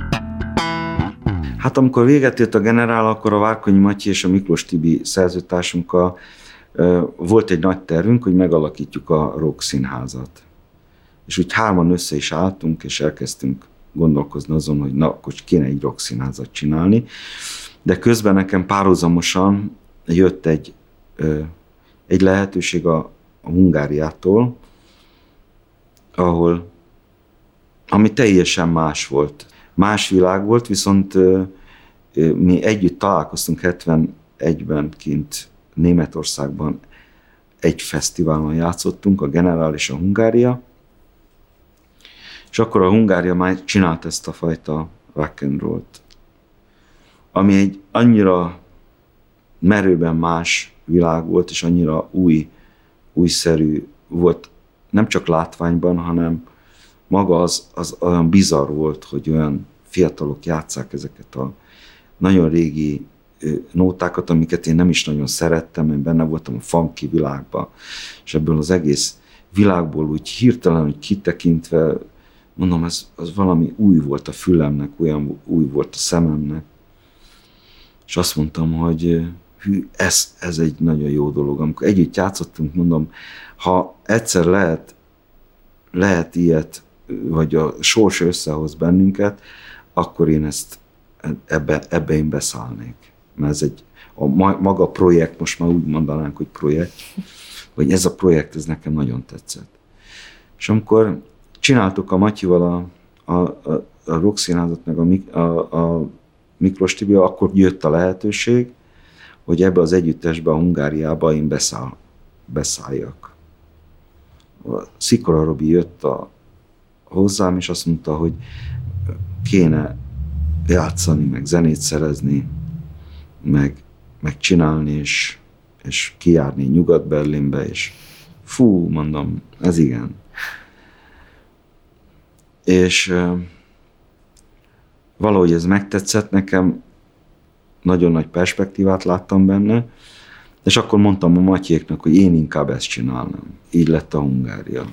Hát amikor véget ért a Generál, akkor a Várkonyi Matyi és a Miklós Tibi szerzőtársunkkal volt egy nagy tervünk, hogy megalakítjuk a Rock Színházat. És úgy hárman össze is álltunk, és elkezdtünk gondolkozni azon, hogy na, akkor kéne egy Rock Színházat csinálni. De közben nekem párhuzamosan jött egy, egy lehetőség a, a Hungáriától, ahol, ami teljesen más volt. Más világ volt, viszont mi együtt találkoztunk hetvenegyben kint Németországban, egy fesztiválon játszottunk, a Generál és a Hungária, és akkor a Hungária már csinált ezt a fajta rock and rollt, ami egy annyira merőben más világ volt, és annyira új, újszerű volt, nem csak látványban, hanem maga az, az olyan bizarr volt, hogy olyan fiatalok játsszák ezeket a nagyon régi nótákat, amiket én nem is nagyon szerettem, én benne voltam a funky világban, és ebből az egész világból úgy hirtelen, hogy kitekintve, mondom, ez az valami új volt a fülemnek, olyan új volt a szememnek, és azt mondtam, hogy hű, ez, ez egy nagyon jó dolog. Amikor együtt játszottunk, mondom, ha egyszer lehet, lehet ilyet, vagy a sors összehoz bennünket, akkor én ezt ebbe, ebbe én beszállnék. Mert ez egy, a maga projekt, most már úgy mondanánk, hogy projekt, vagy ez a projekt, ez nekem nagyon tetszett. És amikor csináltuk a Matyival a, a, a, a Rock Színházat, meg a, a, a Miklós Tibi, akkor jött a lehetőség, hogy ebbe az együttesbe, a Hungáriába én beszáll, beszálljak. A Szikora Robi jött a, hozzám, és azt mondta, hogy kéne játszani, meg zenét szerezni, meg, meg csinálni, és, és kijárni Nyugat-Berlinbe, és fú, mondom, ez igen. És uh, valahogy ez megtetszett nekem, nagyon nagy perspektívát láttam benne, és akkor mondtam a Matyéknak, hogy én inkább ezt csinálnám. Így lett a Hungária.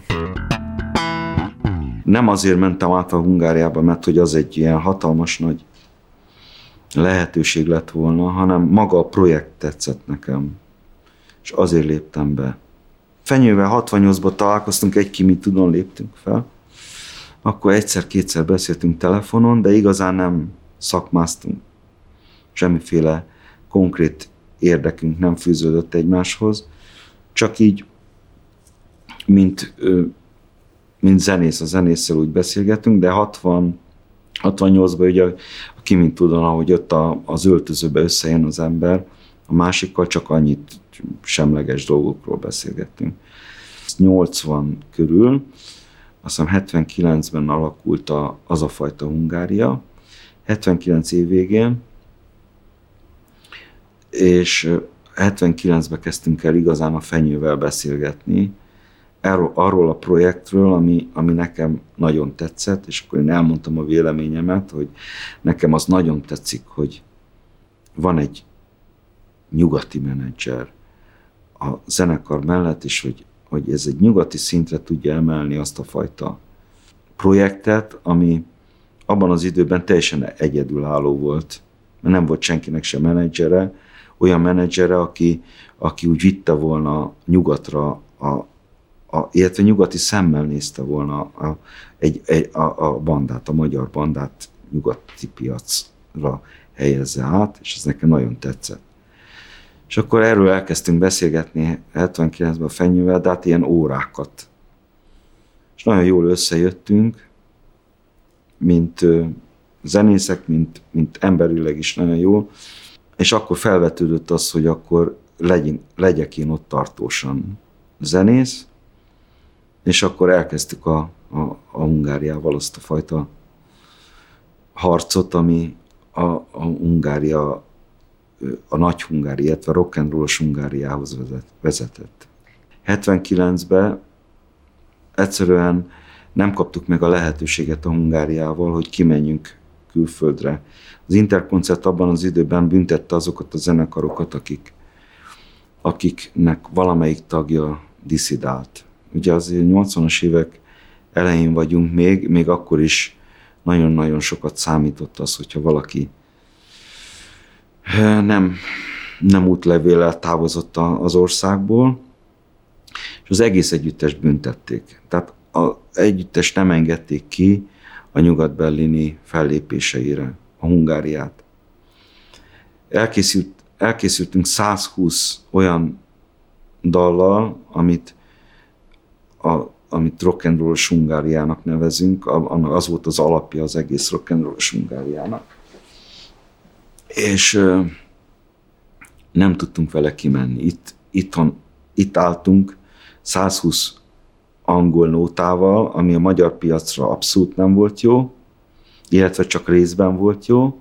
Nem azért mentem át a Hungáriába, mert hogy az egy ilyen hatalmas nagy lehetőség lett volna, hanem maga a projekt tetszett nekem, és azért léptem be. Fenyővel hatvannyolcban találkoztunk, egy kimi tudon léptünk fel, akkor egyszer-kétszer beszéltünk telefonon, de igazán nem szakmáztunk. Semmiféle konkrét érdekünk nem fűződött egymáshoz, csak így, mint, mint zenész, a zenésszel úgy beszélgetünk, de hatvan, hatvannyolcban ugye a Kimint tudom, ahogy jött a, az öltözőbe összejön az ember, a másikkal csak annyit semleges dolgokról beszélgettünk. nyolcvan körül, azt hiszem hetvenkilencben alakult a, az a fajta Hungária, hetvenkilenc év végén, és hetvenkilencben kezdtünk el igazán a Fenyővel beszélgetni arról, arról a projektről, ami, ami nekem nagyon tetszett, és akkor én elmondtam a véleményemet, hogy nekem az nagyon tetszik, hogy van egy nyugati menedzser a zenekar mellett, és hogy, hogy ez egy nyugati szintre tudja emelni azt a fajta projektet, ami abban az időben teljesen egyedülálló volt, mert nem volt senkinek sem menedzsere, olyan menedzsere, aki, aki úgy vitte volna nyugatra, a, a, illetve nyugati szemmel nézte volna a, egy, egy, a, a bandát, a magyar bandát nyugati piacra helyezze át, és ez nekem nagyon tetszett. És akkor erről elkezdtünk beszélgetni hetvenkilencben a Fenyővel, de hát ilyen órákat. És nagyon jól összejöttünk, mint zenészek, mint, mint emberileg is nagyon jól, és akkor felvetődött az, hogy akkor legyünk, legyek én ott tartósan zenész, és akkor elkezdtük a, a, a Hungáriával azt a fajta harcot, ami a, a Hungária, a nagy Hungária, illetve rock and roll-os Hungáriához vezet, vezetett. hetvenkilencben egyszerűen nem kaptuk meg a lehetőséget a Hungáriával, hogy kimenjünk külföldre. Az Interkoncert abban az időben büntette azokat a zenekarokat, akik, akiknek valamelyik tagja disszidált. Ugye azért nyolcvanas évek elején vagyunk még, még akkor is nagyon-nagyon sokat számított az, hogyha valaki nem, nem útlevéllel távozott az országból, és az egész együttest büntették. Tehát az együttest nem engedték ki a nyugat-berlini fellépéseire, a Hungáriát. Elkészült, elkészültünk százhúsz olyan dallal, amit, a, amit rock and roll-os Hungáriának nevezünk, az volt az alapja az egész rock and roll-os Hungáriának. És ö, nem tudtunk vele kimenni. Itt, itthon, itt álltunk százhúsz angol nótával, ami a magyar piacra abszolút nem volt jó, illetve csak részben volt jó,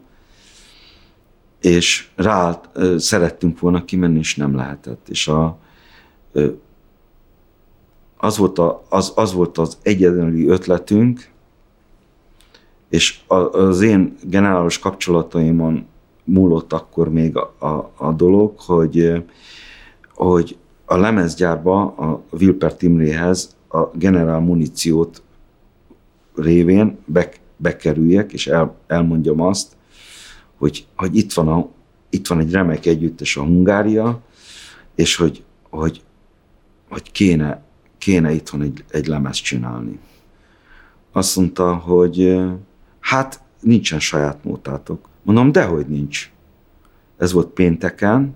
és rá ö, szerettünk volna kimenni, és nem lehetett. És a, ö, az, volt a, az, az volt az egyedüli ötletünk, és a, az én generális kapcsolataimon múlott akkor még a, a, a dolog, hogy, hogy a lemezgyárba, a Wilpert Imréhez a generál muníciót révén be, bekerüljek, és el, elmondjam azt, hogy, hogy itt, van a, itt van egy remek együttes, a Hungária, és hogy, hogy, hogy kéne, kéne itthon egy, egy lemezt csinálni. Azt mondta, hogy hát nincsen saját nótátok. Mondom, dehogy nincs. Ez volt pénteken,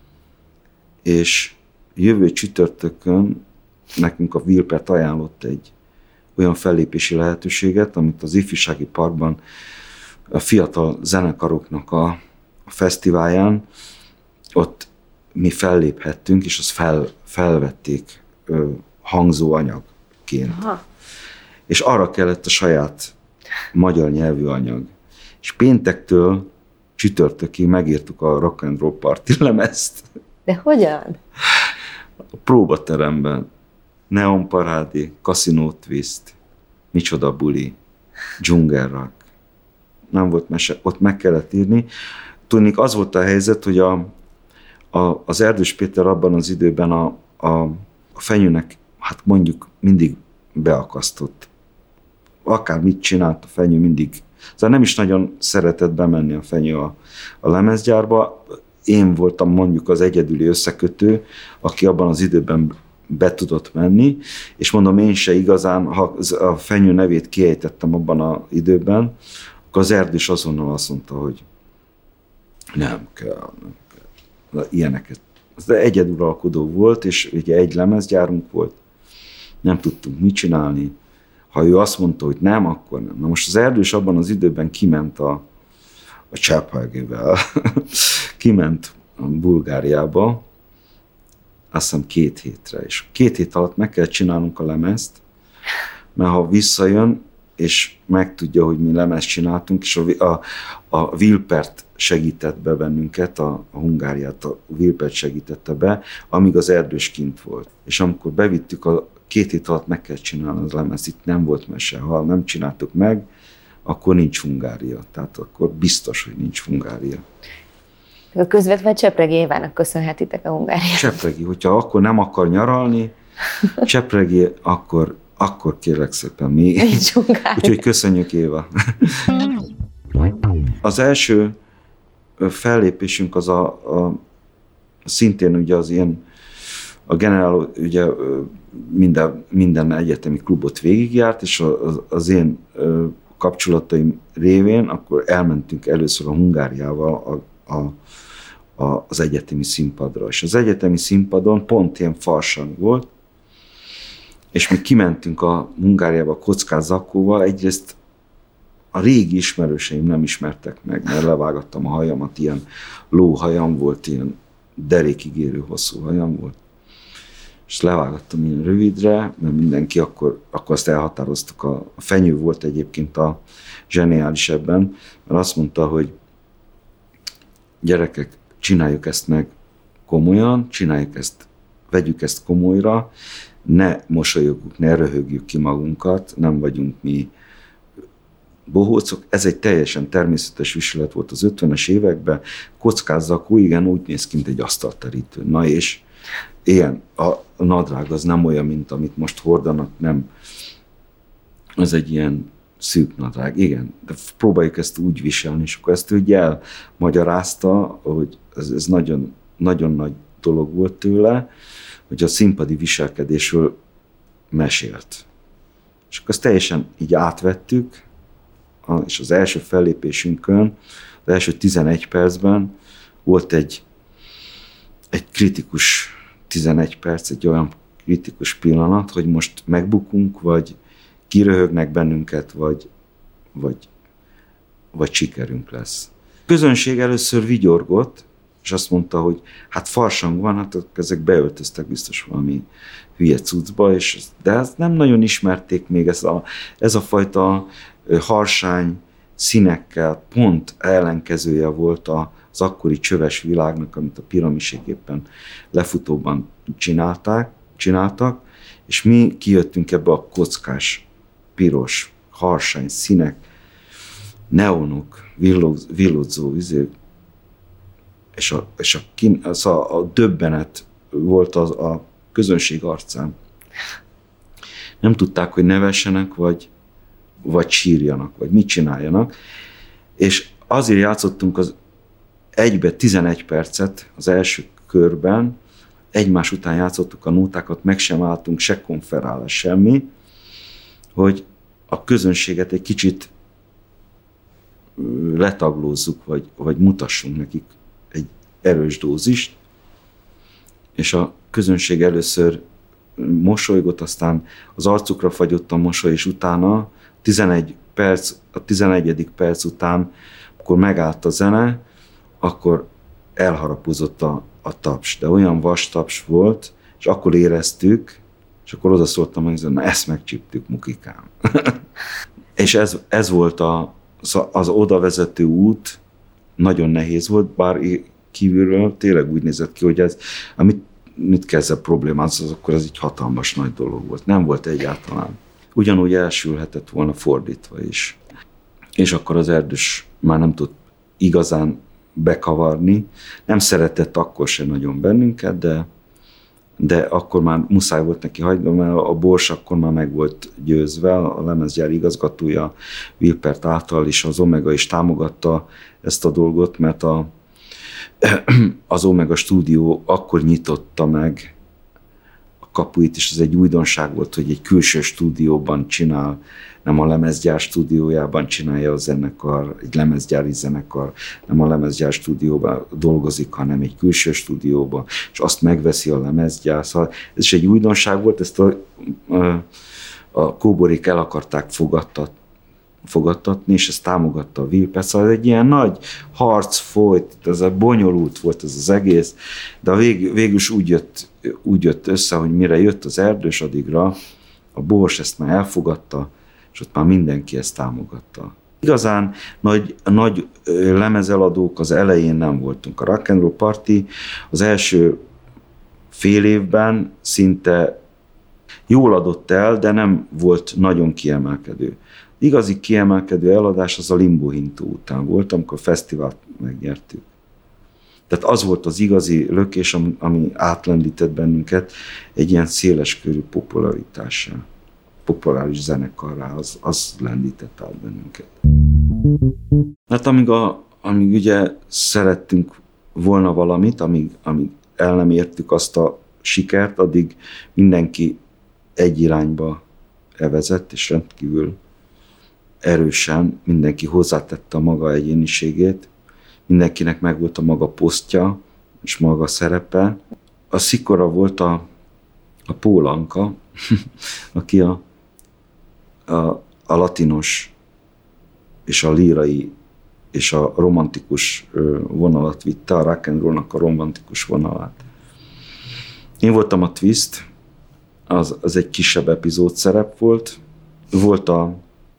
és jövő csütörtökön nekünk a Wilpert ajánlott egy olyan fellépési lehetőséget, amit az ifjúsági parkban a fiatal zenekaroknak a, a fesztiválján, ott mi felléphettünk, és azt fel, felvették ö, hangzóanyagként. Aha. És arra kellett a saját magyar nyelvű anyag. És péntektől csütörtökig megírtuk a Rock and Roll Party lemezt. De hogyan? A próbateremben. Neon Parádé, Casino Twist, Micsoda buli, Dzsungel Rock. Nem volt mese, ott meg kellett írni. Tudnék, az volt a helyzet, hogy a, a, az Erdős Péter abban az időben a, a, a fenyőnek, hát mondjuk mindig beakasztott. Akár mit csinált a fenyő, mindig. Szóval nem is nagyon szeretett bemenni a fenyő a, a lemezgyárba. Én voltam mondjuk az egyedüli összekötő, aki abban az időben be tudott menni, és mondom, én se igazán, ha a fenyő nevét kiejtettem abban az időben, akkor az Erdős azonnal azt mondta, hogy nem kell, nem kell. Ilyeneket. De egyeduralkodó volt, és ugye egy lemezgyárunk volt, nem tudtunk mit csinálni. Ha ő azt mondta, hogy nem, akkor nem. Na most az Erdős abban az időben kiment a, a Csápágével, kiment a Bulgáriába, azt hiszem két hétre, és két hét alatt meg kell csinálnunk a lemezt, mert ha visszajön, és megtudja, hogy mi lemezt csináltunk, és a, a, a Wilpert segített be bennünket, a, a Hungáriát, a Wilpert segítette be, amíg az Erdős kint volt. És amikor bevittük, a két hét alatt meg kell csinálni az lemezt, itt nem volt mese, ha nem csináltuk meg, akkor nincs Hungária. Tehát akkor biztos, hogy nincs Hungária. Közvetve Csepregi Évának köszönhetitek a Hungáriát. Csepregi, hogyha akkor nem akar nyaralni, Csepregi, akkor, akkor kérlek szépen mi. Úgyhogy köszönjük, Éva. Az első fellépésünk az a, a szintén ugye az ilyen, a generál ugye minden, minden egyetemi klubot végigjárt, és az, az én kapcsolataim révén akkor elmentünk először a Hungáriával a, a az egyetemi színpadra. És az egyetemi színpadon pont ilyen farsang volt, és mi kimentünk a Hungáriába a Kockás Zakkóval, egyrészt a régi ismerőseim nem ismertek meg, mert levágattam a hajamat, ilyen lóhajam volt, ilyen derékig érő hosszú hajam volt, és levágattam ilyen rövidre, mert mindenki akkor, akkor azt elhatároztuk, a, a Fenyő volt egyébként a zseniális ebben, mert azt mondta, hogy gyerekek, csináljuk ezt meg komolyan, csináljuk ezt, vegyük ezt komolyra, ne mosolyogjuk, ne röhögjük ki magunkat, nem vagyunk mi bohócok. Ez egy teljesen természetes viselet volt az ötvenes években. Kockás Zakó, igen, úgy néz ki, mint egy asztalterítő. Na és ilyen, a nadrág az nem olyan, mint amit most hordanak, nem. Az egy ilyen szűk nadrág, igen, de próbáljuk ezt úgy viselni, és akkor ezt úgy elmagyarázta, hogy ez, ez nagyon, nagyon nagy dolog volt tőle, hogy a színpadi viselkedésről mesélt. És akkor ezt teljesen így átvettük, és az első fellépésünkön, az első tizenegy percben volt egy, egy kritikus tizenegy perc, egy olyan kritikus pillanat, hogy most megbukunk, vagy kiröhögnek bennünket, vagy, vagy, vagy sikerünk lesz. A közönség először vigyorgott, és azt mondta, hogy hát farsang van, hát ezek beöltöztek biztos valami hülye cuccba, és, de ezt nem nagyon ismerték még, ez a, ez a fajta harsány színekkel pont ellenkezője volt az akkori csöves világnak, amit a piramiséképpen lefutóban csinálták, csináltak, és mi kijöttünk ebbe a kockás, piros, harsány színek, neonok, villogz, villodzó izék, és, a, és a, az a, a döbbenet volt az a közönség arcán. Nem tudták, hogy nevessenek, vagy, vagy sírjanak, vagy mit csináljanak. És azért játszottunk az egybe tizenegy percet az első körben, egymás után játszottuk a nótákat, meg sem álltunk, se konferálás, semmi, hogy a közönséget egy kicsit letaglózzuk, vagy, vagy mutassunk nekik egy erős dózist, és a közönség először mosolygott, aztán az arcukra fagyott a mosoly, és utána tizenegy perc, a tizenegyedik perc után, akkor megállt a zene, akkor elharapozott a, a taps, de olyan vas taps volt, és akkor éreztük, és akkor odaszóltam, hogy na ezt megcsíptük, mukikám. És ez, ez volt a, az oda vezető út, nagyon nehéz volt, bár kívülről tényleg úgy nézett ki, hogy ez, amit mit kezdve problémáz, az akkor ez egy hatalmas nagy dolog volt. Nem volt egyáltalán. Ugyanúgy elsülhetett volna fordítva is. És akkor az Erdős már nem tud igazán bekavarni. Nem szeretett akkor se nagyon bennünket, de, de akkor már muszáj volt neki hagyni, mert a Bors akkor már meg volt győzve, a lemezgyár igazgatója Wilpert által, és az Omega is támogatta ezt a dolgot, mert a, az Omega stúdió akkor nyitotta meg a kapuit, és ez egy újdonság volt, hogy egy külső stúdióban csinál, nem a lemezgyár stúdiójában csinálja a zenekar, egy lemezgyári zenekar, nem a lemezgyár stúdióban dolgozik, hanem egy külső stúdióban, és azt megveszi a lemezgyár. Szóval ez is egy újdonság volt, ezt a, a, a kóborék el akarták fogadtatni, fogadtatni, és ezt támogatta a Wilpert. Szóval egy ilyen nagy harc folyt, ez a bonyolult volt ez az egész, de a vég, végül is úgy jött, úgy jött össze, hogy mire jött az Erdős, addigra a Bors ezt már elfogadta, és ott már mindenki ezt támogatta. Igazán nagy, nagy lemezeladók az elején nem voltunk. A Rock and Roll Party az első fél évben szinte jól adott el, de nem volt nagyon kiemelkedő. Igazi kiemelkedő eladás az a Limbo Hintó után volt, amikor a fesztivált megnyertük. Tehát az volt az igazi lökés, ami, ami átlendített bennünket egy ilyen széleskörű popularitássá. Populáris zenekarrá, az, az lendített át bennünket. Hát amíg, a, amíg ugye szerettünk volna valamit, amíg, amíg el nem értük azt a sikert, addig mindenki egy irányba evezett, és rendkívül erősen mindenki hozzátette a maga egyéniségét, mindenkinek megvolt a maga posztja, és maga szerepe. A Szikora volt a, a Pól Anka, aki a A, a latinos és a lírai és a romantikus vonalat vitte, a rock and rollnak a romantikus vonalát. Én voltam a Twist, az, az egy kisebb epizód szerep volt. Volt a,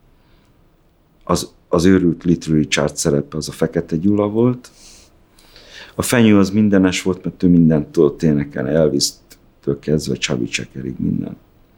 az, az őrült Little Richard szerepe, az a Fekete Gyula volt. A Fenyő az mindenes volt, mert ő mindent tudott énekelni, Elvis-től kezdve Chubby Checkerig minden.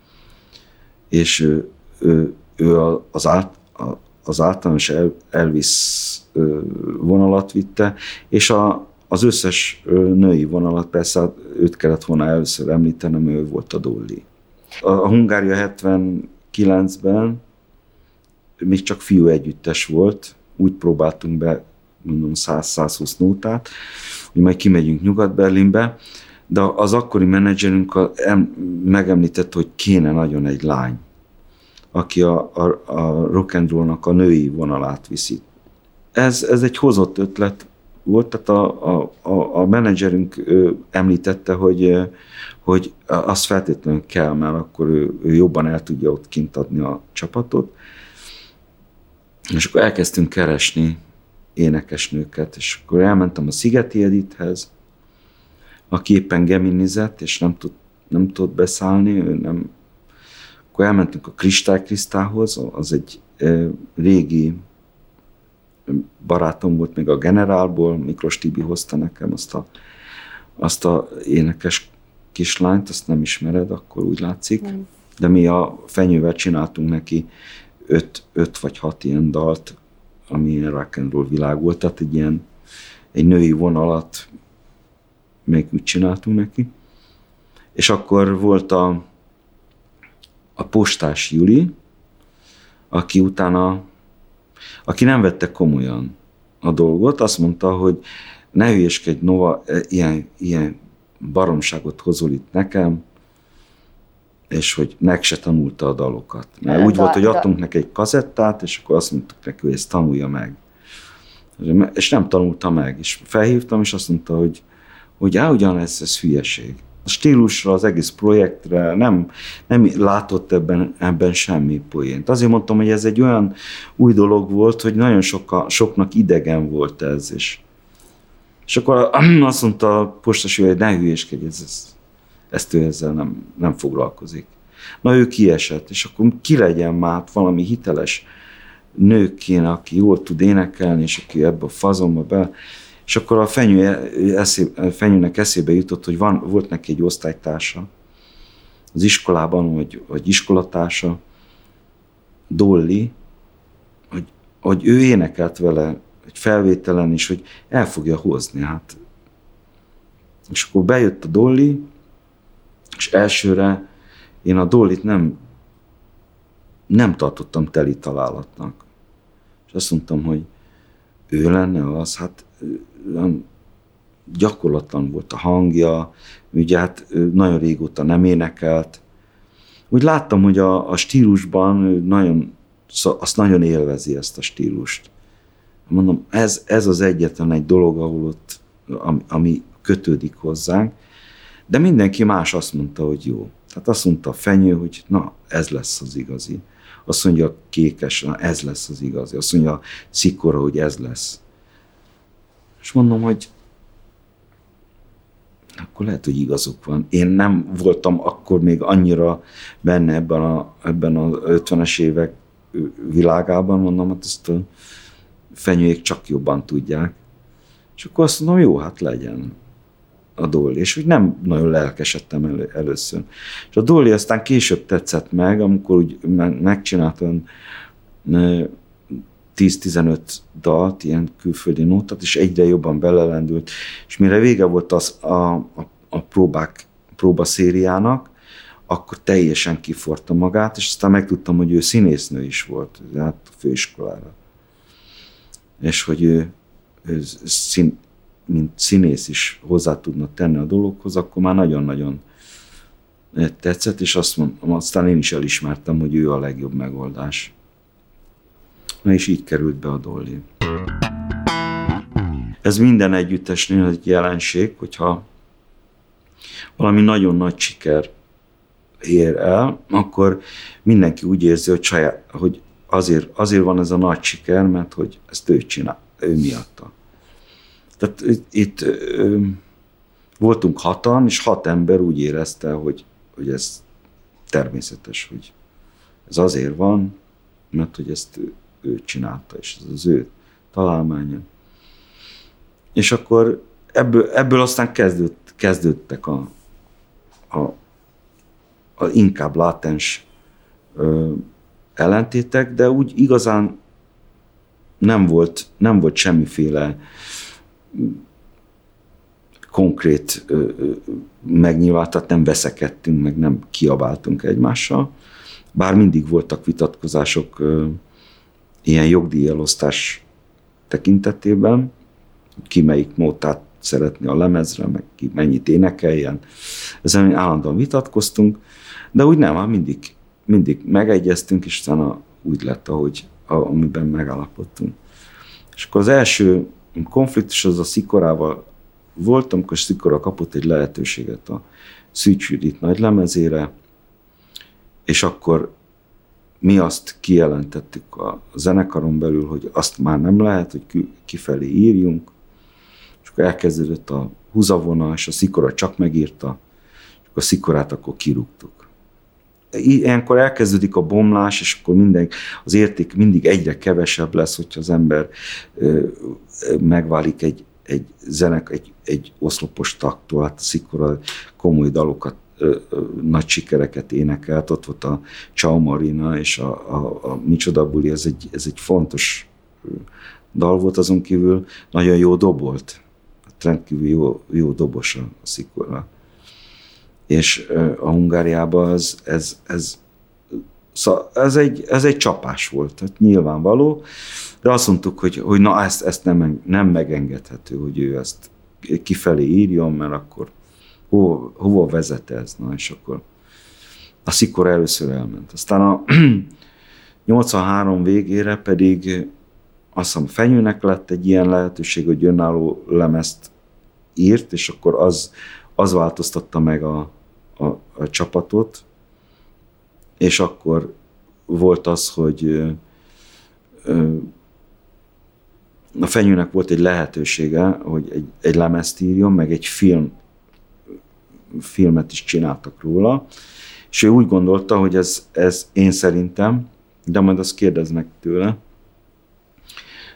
És ő, ő, ő az, át, az általános Elvis vonalat vitte, és a, az összes női vonalat, persze őt kellett volna először említenem, ő volt a Dolly. A, a Hungária hetvenkilencben még csak fiú együttes volt, úgy próbáltunk be, mondom, száz-százhúsz nótát, hogy majd kimegyünk Nyugat-Berlinbe, de az akkori menedzserünk megemlítette, hogy kéne nagyon egy lány, aki a, a, a rock and rollnak a női vonalát viszi. Ez, ez egy hozott ötlet volt, tehát a, a, a, a menedzserünk említette, hogy, hogy az feltétlenül kell, mert akkor ő, ő jobban el tudja ott kint adni a csapatot. És akkor elkezdtünk keresni énekesnőket, és akkor elmentem a Szigeti Edithez, aki éppen geminizett, és nem tud, nem tud beszállni, ő nem. Akkor elmentünk a Kristály Krisztához, az egy e, régi barátom volt még a Generálból, Miklós Tibi hozta nekem azt a, azt a énekes kislányt, azt nem ismered, akkor úgy látszik. Nem. De mi a Fenyővel csináltunk neki öt, öt vagy hat ilyen dalt, ami ilyen rock and roll világ volt, tehát egy ilyen egy női vonalat még úgy csináltunk neki. És akkor volt a, a Postás Juli, aki utána, aki nem vette komolyan a dolgot, azt mondta, hogy ne hülyeskedj, Nova, ilyen, ilyen baromságot hozol itt nekem, és hogy meg se tanulta a dalokat. Mert úgy da, volt, hogy adtunk da. neki egy kazettát, és akkor azt mondtuk neki, hogy ezt tanulja meg. És nem tanulta meg. És felhívtam, és azt mondta, hogy, hogy á, ugyan ez, ez hülyeség. A stílusra, az egész projektre nem, nem látott ebben, ebben semmi poént. Azért mondtam, hogy ez egy olyan új dolog volt, hogy nagyon soka, soknak idegen volt ez. És, és akkor azt mondta a Postas, hogy ne hülyeskedj, ez, ez ezt ő ezzel nem, nem foglalkozik. Na ő kiesett, és akkor ki legyen már valami hiteles nők kéne, aki jól tud énekelni, és aki ebbe a fazonba be. És akkor a Fenyő eszébe, Fenyőnek eszébe jutott, hogy van, volt neki egy osztálytársa az iskolában, vagy, vagy iskolatársa, Dolly, hogy, hogy ő énekelt vele egy felvételen is, hogy el fogja hozni. Hát. És akkor bejött a Dolly, és elsőre én a Dollyt nem, nem tartottam teli találatnak. És azt mondtam, hogy ő lenne az, hát gyakorlatlan volt a hangja, ugye hát nagyon régóta nem énekelt. Úgy láttam, hogy a, a stílusban nagyon, azt nagyon élvezi, ezt a stílust. Mondom, ez, ez az egyetlen egy dolog, ahol ott, ami, ami kötődik hozzánk, de mindenki más azt mondta, hogy jó. Tehát azt mondta a Fenyő, hogy na, ez lesz az igazi. Azt mondja a Kékes, na, ez lesz az igazi. Azt mondja a Szikora, hogy ez lesz. És mondom, hogy akkor lehet, hogy igazuk van. Én nem voltam akkor még annyira benne ebben a, ebben az ötvenes évek világában, mondom, hát ezt a Fenyőjék csak jobban tudják. És akkor azt mondom, jó, hát legyen a Dolly. És úgy nem nagyon lelkesedtem elő, először. És a Dolly aztán később tetszett meg, amikor úgy megcsináltam tíz-tizenöt dalt, ilyen külföldi nótát, és egyre jobban belelendült. És mire vége volt az, a, a, a próbák, próbaszériának, akkor teljesen kiforta magát, és aztán megtudtam, hogy ő színésznő is volt, hát a főiskolára. És hogy ő, ő szín, mint színész is hozzá tudna tenni a dologhoz, akkor már nagyon-nagyon tetszett, és azt mondtam, aztán én is elismertem, hogy ő a legjobb megoldás. Na és így került be a Dolly. Ez minden együttesnél egy jelenség, hogyha valami nagyon nagy siker ér el, akkor mindenki úgy érzi, hogy, saját, hogy azért, azért van ez a nagy siker, mert hogy ezt ő csinál, ő miatta. Tehát itt, itt ö, voltunk hatan, és hat ember úgy érezte, hogy, hogy ez természetes, hogy ez azért van, mert hogy ezt ő, ő csinálta, és ez az ő találmánya. És akkor ebből, ebből aztán kezdődött, kezdődtek a, a, a inkább látens ö, ellentétek, de úgy igazán nem volt, nem volt semmiféle konkrét ö, ö, megnyilvánulás, nem veszekedtünk, meg nem kiabáltunk egymással, bár mindig voltak vitatkozások ö, ilyen jogdíjelosztás tekintetében, ki melyik nótát szeretné a lemezre, meg ki mennyit énekeljen. Ezen állandóan vitatkoztunk, de úgy nem, mindig, mindig megegyeztünk, és utána úgy lett, ahogy, amiben megállapodtunk. És akkor az első konfliktus az a Szikorával volt, amikor Szikora kapott egy lehetőséget a Szűcs Judit nagy lemezére, és akkor mi azt kijelentettük a zenekaron belül, hogy azt már nem lehet, hogy kifelé írjunk, és akkor elkezdődött a húzavona, és a Szikora csak megírta, és akkor a Szikorát akkor kirúgtuk. Ilyenkor elkezdődik a bomlás, és akkor minden, az érték mindig egyre kevesebb lesz, hogyha az ember ö, ö, megválik egy, egy zenek, egy, egy oszlopos taktól. Hát a Szikora komoly dalokat, ö, ö, nagy sikereket énekelt, ott volt a Ciao Marina, és a, a, a Micsoda Buli, ez egy, ez egy fontos dal volt, azon kívül nagyon jó dobolt. Rendkívül jó, jó dobos a Szikora. És a Hungáriában ez, ez, ez, szóval ez, egy, ez egy csapás volt, tehát nyilvánvaló, de azt mondtuk, hogy, hogy na ezt, ezt nem, nem megengedhető, hogy ő ezt kifelé írjon, mert akkor ho, hova vezet ez? Na, és akkor a Szikora először elment. Aztán a nyolcvanhárom végére pedig azt hiszem Fenyőnek lett egy ilyen lehetőség, hogy önálló lemezt írt, és akkor az, az változtatta meg a, a, a csapatot, és akkor volt az, hogy ö, ö, a Fenyőnek volt egy lehetősége, hogy egy, egy lemezt írjon, meg egy film, filmet is csináltak róla, és ő úgy gondolta, hogy ez, ez én szerintem, de majd azt kérdeznek tőle,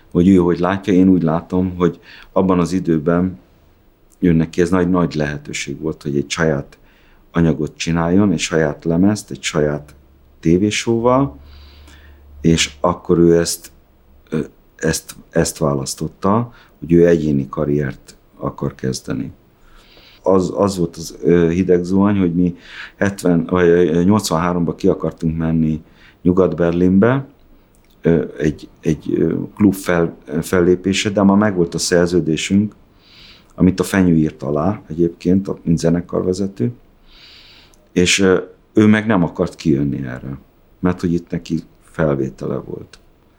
hogy ő hogy látja, én úgy látom, hogy abban az időben ő neki ez nagy-nagy lehetőség volt, hogy egy saját anyagot csináljon, egy saját lemezt, egy saját tévésóval, és akkor ő ezt, ezt, ezt választotta, hogy ő egyéni karriert akar kezdeni. Az, az volt az hideg zuhany, hogy mi hetven, vagy nyolcvanháromban ki akartunk menni Nyugat-Berlinbe, egy, egy klub fel, fellépése, de már megvolt a szerződésünk, amit a Fenyő írt alá egyébként, mint zenekarvezető, és ő meg nem akart kijönni erre, mert hogy itt neki felvétele volt.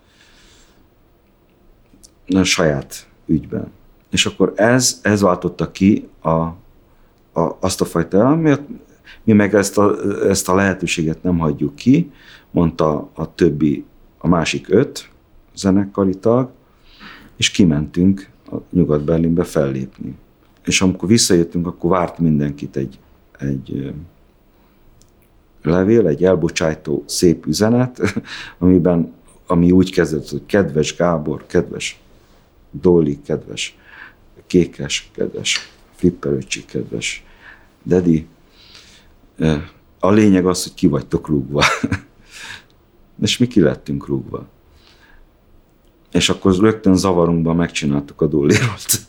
A saját ügyben. És akkor ez, ez váltotta ki a, a, azt a fajta elmélet, mi meg ezt a, ezt a lehetőséget nem hagyjuk ki, mondta a többi, a másik öt zenekari tag, és kimentünk a Nyugat-Berlinbe fellépni. És amikor visszajöttünk, akkor várt mindenkit egy, egy levél, egy elbocsájtó szép üzenet, amiben, ami úgy kezdődött, hogy kedves Gábor, kedves Dolly, kedves Kékes, kedves Flipperöcsi, kedves Dedi. A lényeg az, hogy ki vagytok rúgva. És mi ki lettünk rúgva. És akkor rögtön zavarunkban megcsináltuk a Dollyrolt.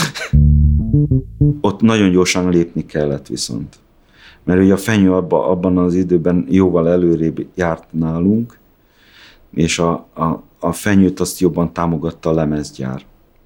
Ott nagyon gyorsan lépni kellett viszont. Mert ugye a Fenyő abba, abban az időben jóval előrébb járt nálunk, és a, a, a Fenyőt azt jobban támogatta a lemezgyár.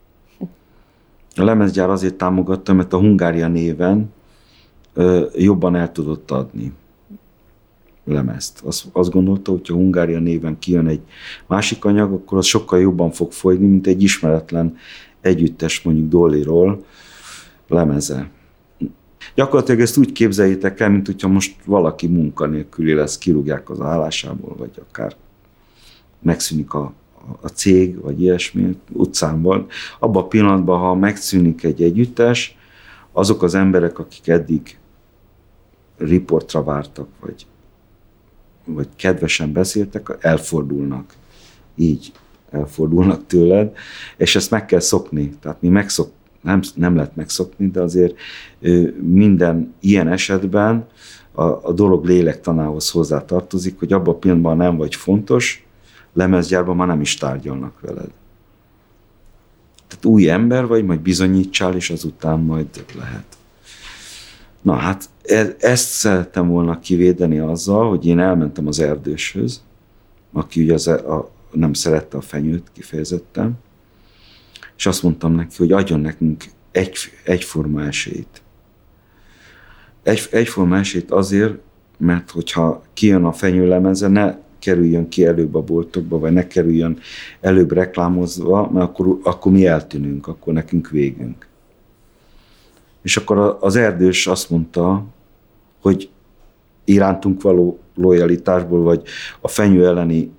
A lemezgyár azért támogatta, mert a Hungária néven ö, jobban el tudott adni lemezt. Azt, azt gondolta, hogy ha Hungária néven kijön egy másik anyag, akkor az sokkal jobban fog folyni, mint egy ismeretlen együttes, mondjuk Dollyról lemeze. Gyakorlatilag ezt úgy képzeljétek el, mint hogyha most valaki munkanélküli lesz, kirúgják az állásából, vagy akár megszűnik a, a cég, vagy ilyesmi, utcán van. Abban a pillanatban, ha megszűnik egy együttes, azok az emberek, akik eddig riportra vártak, vagy, vagy kedvesen beszéltek, elfordulnak. Így elfordulnak tőled, és ezt meg kell szokni. Tehát mi megszok, nem, nem lehet megszokni, de azért minden ilyen esetben a, a dolog lélektanához hozzá tartozik, hogy abban a pillanatban nem vagy fontos, lemezgyárban már nem is tárgyalnak veled. Tehát új ember vagy, majd bizonyítsál, és azután majd lehet. Na hát, e- ezt szerettem volna kivédeni azzal, hogy én elmentem az Erdőshöz, aki ugye az, a, nem szerette a Fenyőt kifejezetten, és azt mondtam neki, hogy adjon nekünk egy, egyforma esélyt. Egy, egyforma esélyt azért, mert hogyha kijön a Fenyő lemeze, ne kerüljön ki előbb a boltokba, vagy ne kerüljön előbb reklámozva, mert akkor, akkor mi eltűnünk, akkor nekünk végünk. És akkor az Erdős azt mondta, hogy irántunk való lojalitásból, vagy a Fenyő elleni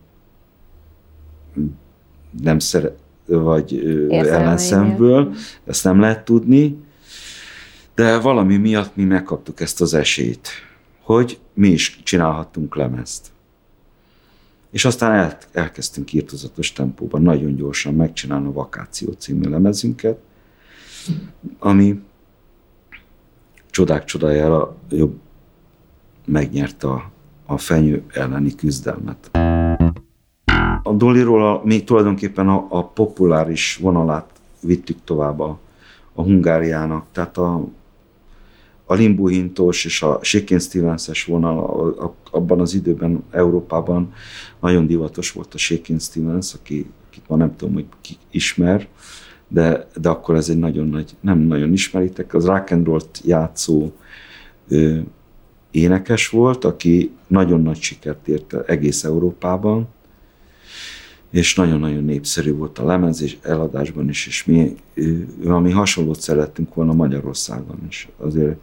nem szeret, vagy ellenszemből, ezt nem lehet tudni, de valami miatt mi megkaptuk ezt az esélyt, hogy mi is csinálhattunk lemezt. És aztán el, elkezdtünk írtózatos tempóban nagyon gyorsan megcsinálni a Vakáció című lemezünket, ami csodák csodájára jobb megnyerte a, a Fenyő elleni küzdelmet. A Dollyról mi tulajdonképpen a, a populáris vonalát vittük tovább a, a Hungáriának, tehát a, a Limbo Hintos és a Shakin' Stevens-es vonal a, a, abban az időben Európában nagyon divatos volt a Shakin' Stevens, aki, akit ma nem tudom, hogy ki ismer, de, de akkor ez egy nagyon nagy, nem nagyon ismeritek, az rock and roll-t játszó ö, énekes volt, aki nagyon nagy sikert ért egész Európában, és nagyon-nagyon népszerű volt a lemez, és eladásban is, és mi valami hasonlót szerettünk volna Magyarországon is. Azért,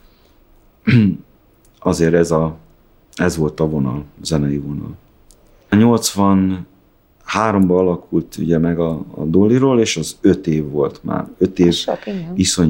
azért ez, a, ez volt a vonal, a zenei vonal. nyolcvanháromban alakult ugye meg a, a Dollyról, és az öt év volt már. Öt év iszonyú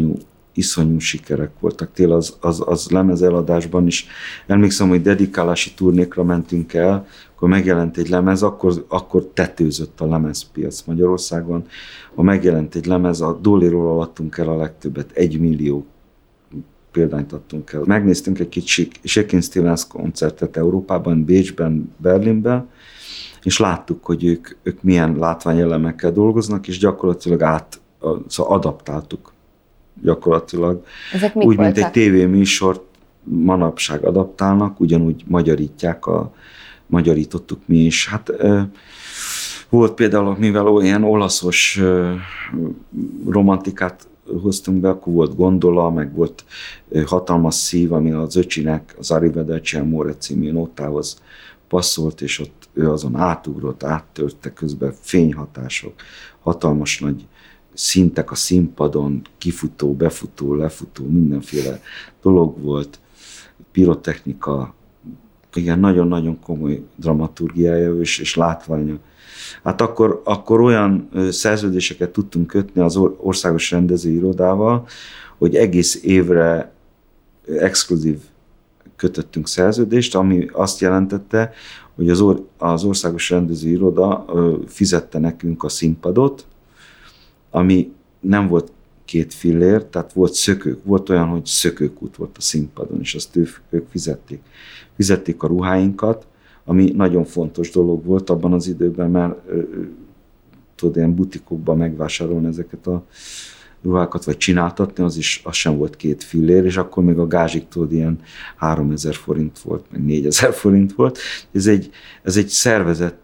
iszonyú sikerek voltak. Tényleg az, az, az lemezeladásban is. Emlékszem, hogy dedikálási turnékra mentünk el, akkor megjelent egy lemez, akkor, akkor tetőzött a lemezpiac Magyarországon. Ha megjelent egy lemez, a Dollyról adtunk el a legtöbbet, egy millió példányt adtunk el. Megnéztünk egy kicsit Shakin' Stevens koncertet Európában, Bécsben, Berlinben, és láttuk, hogy ők, ők milyen látványelemekkel dolgoznak, és gyakorlatilag át, szóval adaptáltuk gyakorlatilag. Ezek mik úgy, voltak? mint egy tévéműsort manapság adaptálnak, ugyanúgy magyarítják, a, magyarítottuk mi is. Hát e, volt például, mivel olyan olaszos e, romantikát hoztunk be, akkor volt Gondola, meg volt e, Hatalmas szív, ami az öcsinek, az Arrivederci Amore című nótához passzolt, és ott ő azon átugrott, áttörte, közben fényhatások, hatalmas nagy szintek a színpadon, kifutó, befutó, lefutó, mindenféle dolog volt, pirotechnika, igen, nagyon-nagyon komoly dramaturgiája és, és látványa. Hát akkor, akkor olyan szerződéseket tudtunk kötni az országos rendezőirodával, hogy egész évre exkluzív kötöttünk szerződést, ami azt jelentette, hogy az, or, az országos rendezőiroda fizette nekünk a színpadot, ami nem volt két fillér, tehát volt szökők, volt olyan, hogy szökőkút volt a színpadon, és azt ő, ők fizették. Fizették a ruháinkat, ami nagyon fontos dolog volt abban az időben, mert tudod, ilyen butikokban megvásárolni ezeket a ruhákat, vagy csináltatni, az is az sem volt két fillér, és akkor még a gázsik, tudod, ilyen háromezer forint volt, meg négyezer forint volt. Ez egy, ez egy szervezett,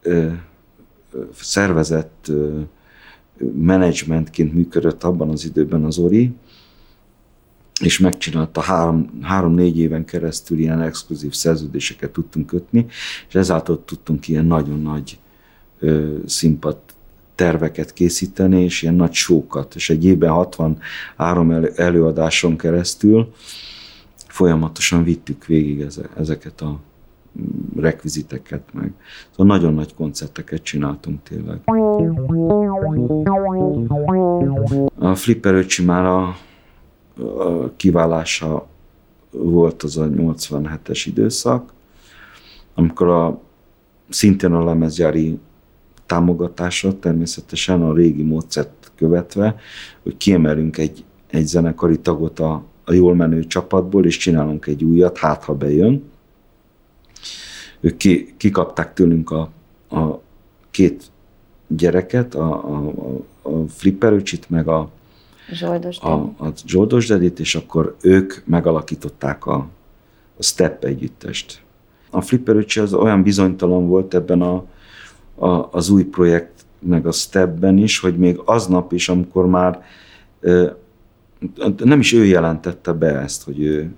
szervezett menedzsmentként működött abban az időben az Ori, és megcsinálta három, három-négy éven keresztül ilyen exkluzív szerződéseket tudtunk kötni, és ezáltal tudtunk ilyen nagyon nagy ö, színpad terveket készíteni, és ilyen nagy show-kat, és egy évben hatvanhárom elő, előadáson keresztül folyamatosan vittük végig ezeket a rekviziteket meg. Szóval nagyon nagy koncerteket csináltunk tényleg. A Flipper öcsi már a, a kiválása volt az a nyolcvanhetes időszak, amikor a, szintén a lemezgyári támogatásra természetesen a régi módszert követve, hogy kiemelünk egy, egy zenekari tagot a, a jól menő csapatból, és csinálunk egy újat, hát ha bejön. Ők ki, kikapták tőlünk a, a két gyereket, a, a, a Flipper öcsit, meg a Zsoldos a, a Zsoldos Dedit, és akkor ők megalakították a, a Step együttest. A Flipper öcsi az olyan bizonytalan volt ebben a, a, az új projekt, meg a Stepben is, hogy még aznap is, amikor már nem is ő jelentette be ezt, hogy ő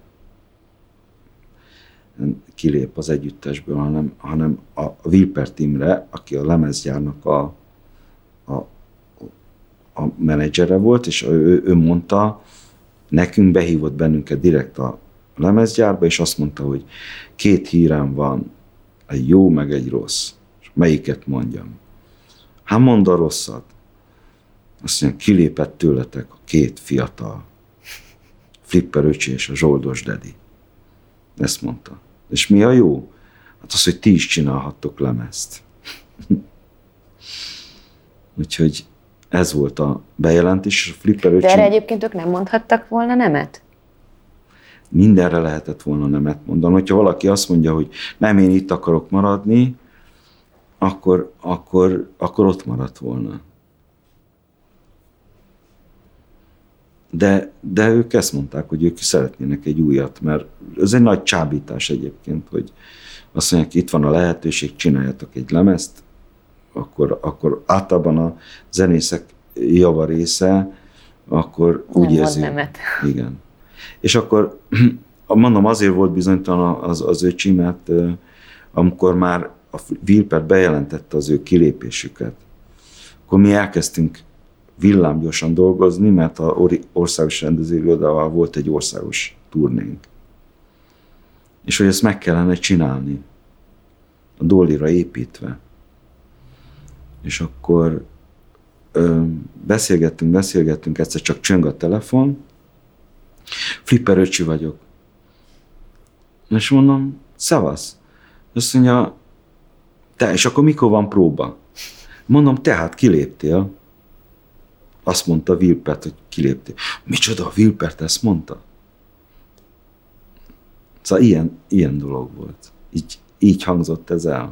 kilép az együttesből, hanem, hanem a Wilper Timre, aki a lemezgyárnak a, a, a menedzsere volt, és ő, ő mondta, nekünk behívott bennünket direkt a lemezgyárba, és azt mondta, hogy két hírem van, egy jó, meg egy rossz. És melyiket mondjam? Hát mondd a rosszat. Azt mondja, kilépett tőletek a két fiatal, Flipper öcsi és a Zsoldos Dedi. Ezt mondta. És mi a jó? Hát az, hogy ti is csinálhattok lemezt. Úgyhogy ez volt a bejelentés, és a Flipper öcsi... De erre egyébként ők nem mondhattak volna nemet? Mindenre lehetett volna nemet mondani. Hogyha valaki azt mondja, hogy nem, én itt akarok maradni, akkor, akkor, akkor ott maradt volna. De, de ők ezt mondták, hogy ők szeretnének egy újat, mert ez egy nagy csábítás egyébként, hogy azt mondják, itt van a lehetőség, csináljatok egy lemezt, akkor, akkor általában a zenészek java része, akkor nem úgy érzi. nemet. Igen. És akkor, mondom, azért volt bizonytalan az, az öcsi, mert uh, amikor már a Wilper bejelentette az ő kilépésüket, akkor mi elkezdtünk villámgyorsan dolgozni, mert a országos rendezőirodával volt egy országos turnénk. És hogy ezt meg kellene csinálni, a Dollyra építve. És akkor ö, beszélgettünk, beszélgettünk, egyszer csak csöng a telefon, Flipper öcsi vagyok. És mondom, szevasz. Azt mondja, te, és akkor mikor van próba? Mondom, tehát kiléptél. Azt mondta Wilpert, hogy kiléptél. Micsoda, a Wilpert ezt mondta? Szóval ilyen, ilyen dolog volt. Így, így hangzott ez el.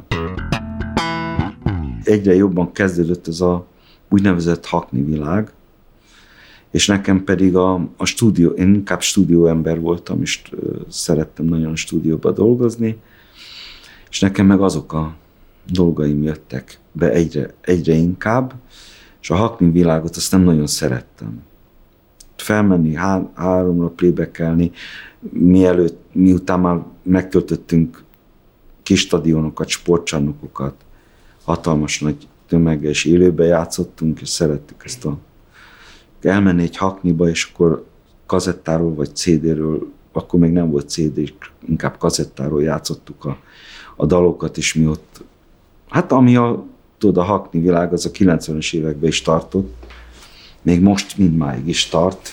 Egyre jobban kezdődött ez a úgynevezett hakni világ, és nekem pedig a, a stúdió, én inkább stúdióember voltam, és szerettem nagyon a stúdióba dolgozni, és nekem meg azok a dolgaim jöttek be egyre, egyre inkább, és a hakni világot azt nem nagyon szerettem. Felmenni, há, háromra playback-elni, mielőtt, miután már megtöltöttünk kis stadionokat, sportcsarnokokat, hatalmas nagy tömeggel és élőben játszottunk, és szerettük ezt a... Elmenni egy hakniba, és akkor kazettáról vagy cé dé-ről, akkor még nem volt cé dé, inkább kazettáról játszottuk a, a dalokat, és mi ott... Hát ami a, tudod, a hakni világ, az a kilencvenes években is tartott, még most mindmáig is tart,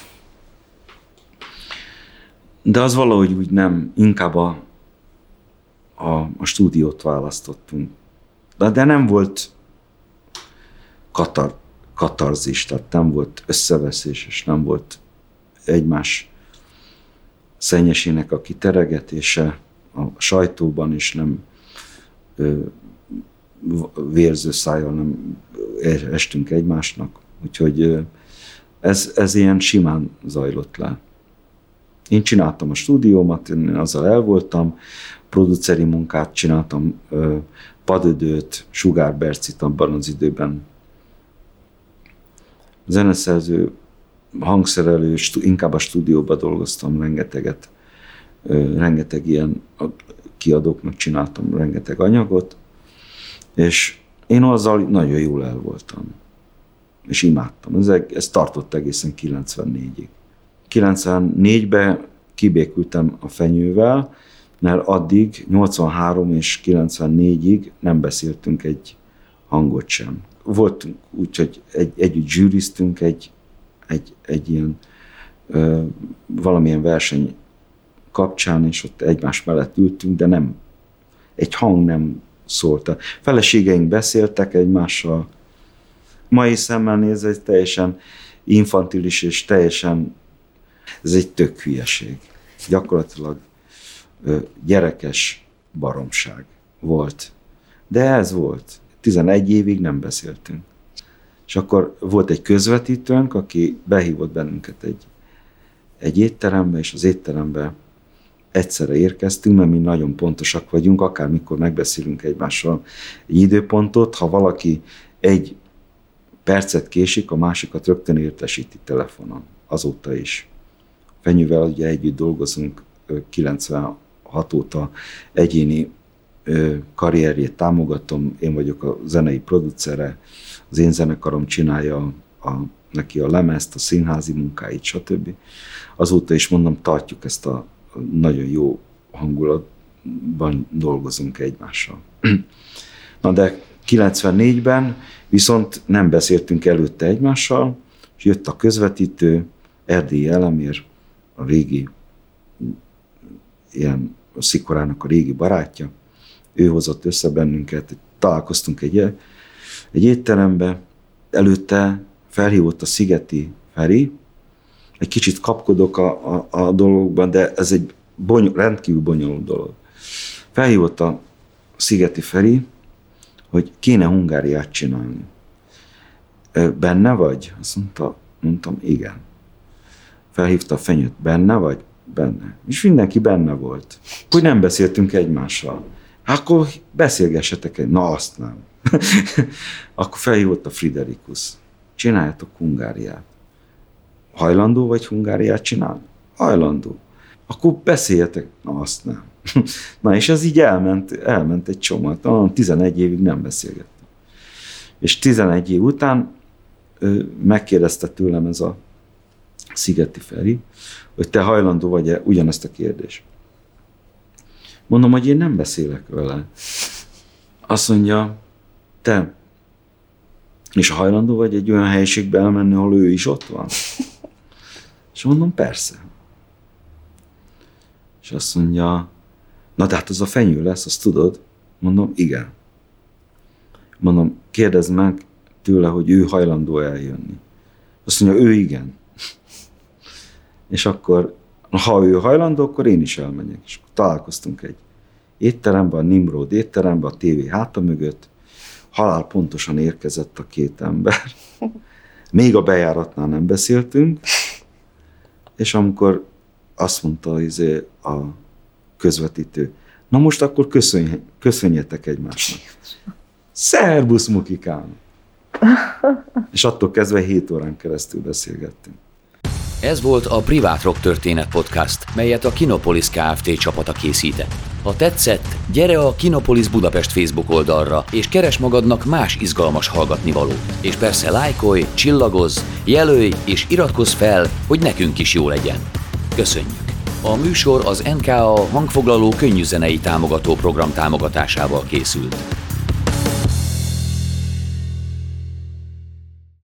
de az valahogy úgy nem, inkább a, a, a stúdiót választottunk. De, de nem volt katar, katarzis, tehát nem volt összeveszés, és nem volt egymás szennyesének a kiteregetése a sajtóban, és nem ö, vérző szájjal nem estünk egymásnak. Úgyhogy ez, ez ilyen simán zajlott le. Én csináltam a stúdiómat, én azzal el voltam, produceri munkát csináltam, Padödőt, Sugár Bercit abban az időben. Zeneszerző, hangszerelő, inkább a stúdióban dolgoztam rengeteget, rengeteg ilyen kiadóknak csináltam rengeteg anyagot, és én azzal nagyon jól el voltam. És imádtam. Ez, ez tartott egészen kilencvennégyig. kilencvennégyben kibékültem a fenyővel, mert addig nyolcvanhárom és kilencvennégyig nem beszéltünk egy hangot sem. Voltunk úgy, hogy egy, együtt zsűriztünk egy, egy, egy ilyen ö, valamilyen verseny kapcsán, és ott egymás mellett ültünk, de nem, egy hang nem szólt. A feleségeink beszéltek egymással. Mai szemmel nézve ez teljesen infantilis, és teljesen, ez egy tök hülyeség. Gyakorlatilag ö, gyerekes baromság volt. De ez volt. tizenegy évig nem beszéltünk. És akkor volt egy közvetítőnk, aki behívott bennünket egy, egy étterembe, és az étterembe egyszerre érkeztünk, mert mi nagyon pontosak vagyunk, akármikor megbeszélünk egymással egy időpontot, ha valaki egy percet késik, a másikat rögtön értesíti telefonon. Azóta is. Fenyővel ugye együtt dolgozunk kilencvenhat óta, egyéni karrierjét támogatom, én vagyok a zenei producere, az én zenekarom csinálja a, neki a lemezt, a színházi munkáit, stb. Azóta is mondom, tartjuk ezt a nagyon jó hangulatban dolgozunk egymással. Na de kilencvennégyben viszont nem beszéltünk előtte egymással, és jött a közvetítő, Erdélyi Elemér, a régi, ilyen a Szikorának a régi barátja, ő hozott össze bennünket, találkoztunk egy, egy étterembe, előtte felhívott a Szigeti Feri, egy kicsit kapkodok a, a, a dolgokban, de ez egy bonyol, rendkívül bonyolult dolog. Felhívott a Szigeti Feri, hogy kéne Hungáriát csinálni. Benne vagy? Azt mondta, mondtam, igen. Felhívta a Fenyőt, benne vagy? Benne. És mindenki benne volt. Hogy nem beszéltünk egymással. Akkor beszélgessetek egy... Na, azt nem. Akkor felhívott a Friderikus. Csináljátok Hungáriát. Hajlandó vagy Hungáriát csinálni? Hajlandó. Akkor beszéljetek. Na, azt nem. Na, és ez így elment, elment egy csomó. Talán tizenegy évig nem beszélgettem. És tizenegy év után ő, megkérdezte tőlem ez a Szigeti Feri, hogy te hajlandó vagy-e ugyanezt a kérdést. Mondom, hogy én nem beszélek vele. Azt mondja, te és hajlandó vagy egy olyan helyiségbe elmenni, ahol ő is ott van? És mondom, persze. És azt mondja, na de hát az a fenyő lesz, azt tudod? Mondom, igen. Mondom, kérdezd meg tőle, hogy ő hajlandó eljönni. Azt mondja, ő igen. És akkor, ha ő hajlandó, akkor én is elmegyek. És találkoztunk egy étteremben, a Nimrod étteremben, a tévé háta mögött. Halál pontosan érkezett a két ember. Még a bejáratnál nem beszéltünk. És amikor azt mondta izé, a közvetítő, na most akkor köszönj, köszönjetek egymásnak. Szerbusz, Mukikám! És attól kezdve hét órán keresztül beszélgettünk. Ez volt a Privát Rock Történet Podcast, melyet a Kinopolis Kft. Csapata készített. Ha tetszett, gyere a Kinopolis Budapest Facebook oldalra, és keres magadnak más izgalmas hallgatnivalót. És persze lájkolj, csillagozz, jelölj és iratkozz fel, hogy nekünk is jó legyen. Köszönjük! A műsor az en ká á hangfoglaló könnyűzenei támogató program támogatásával készült.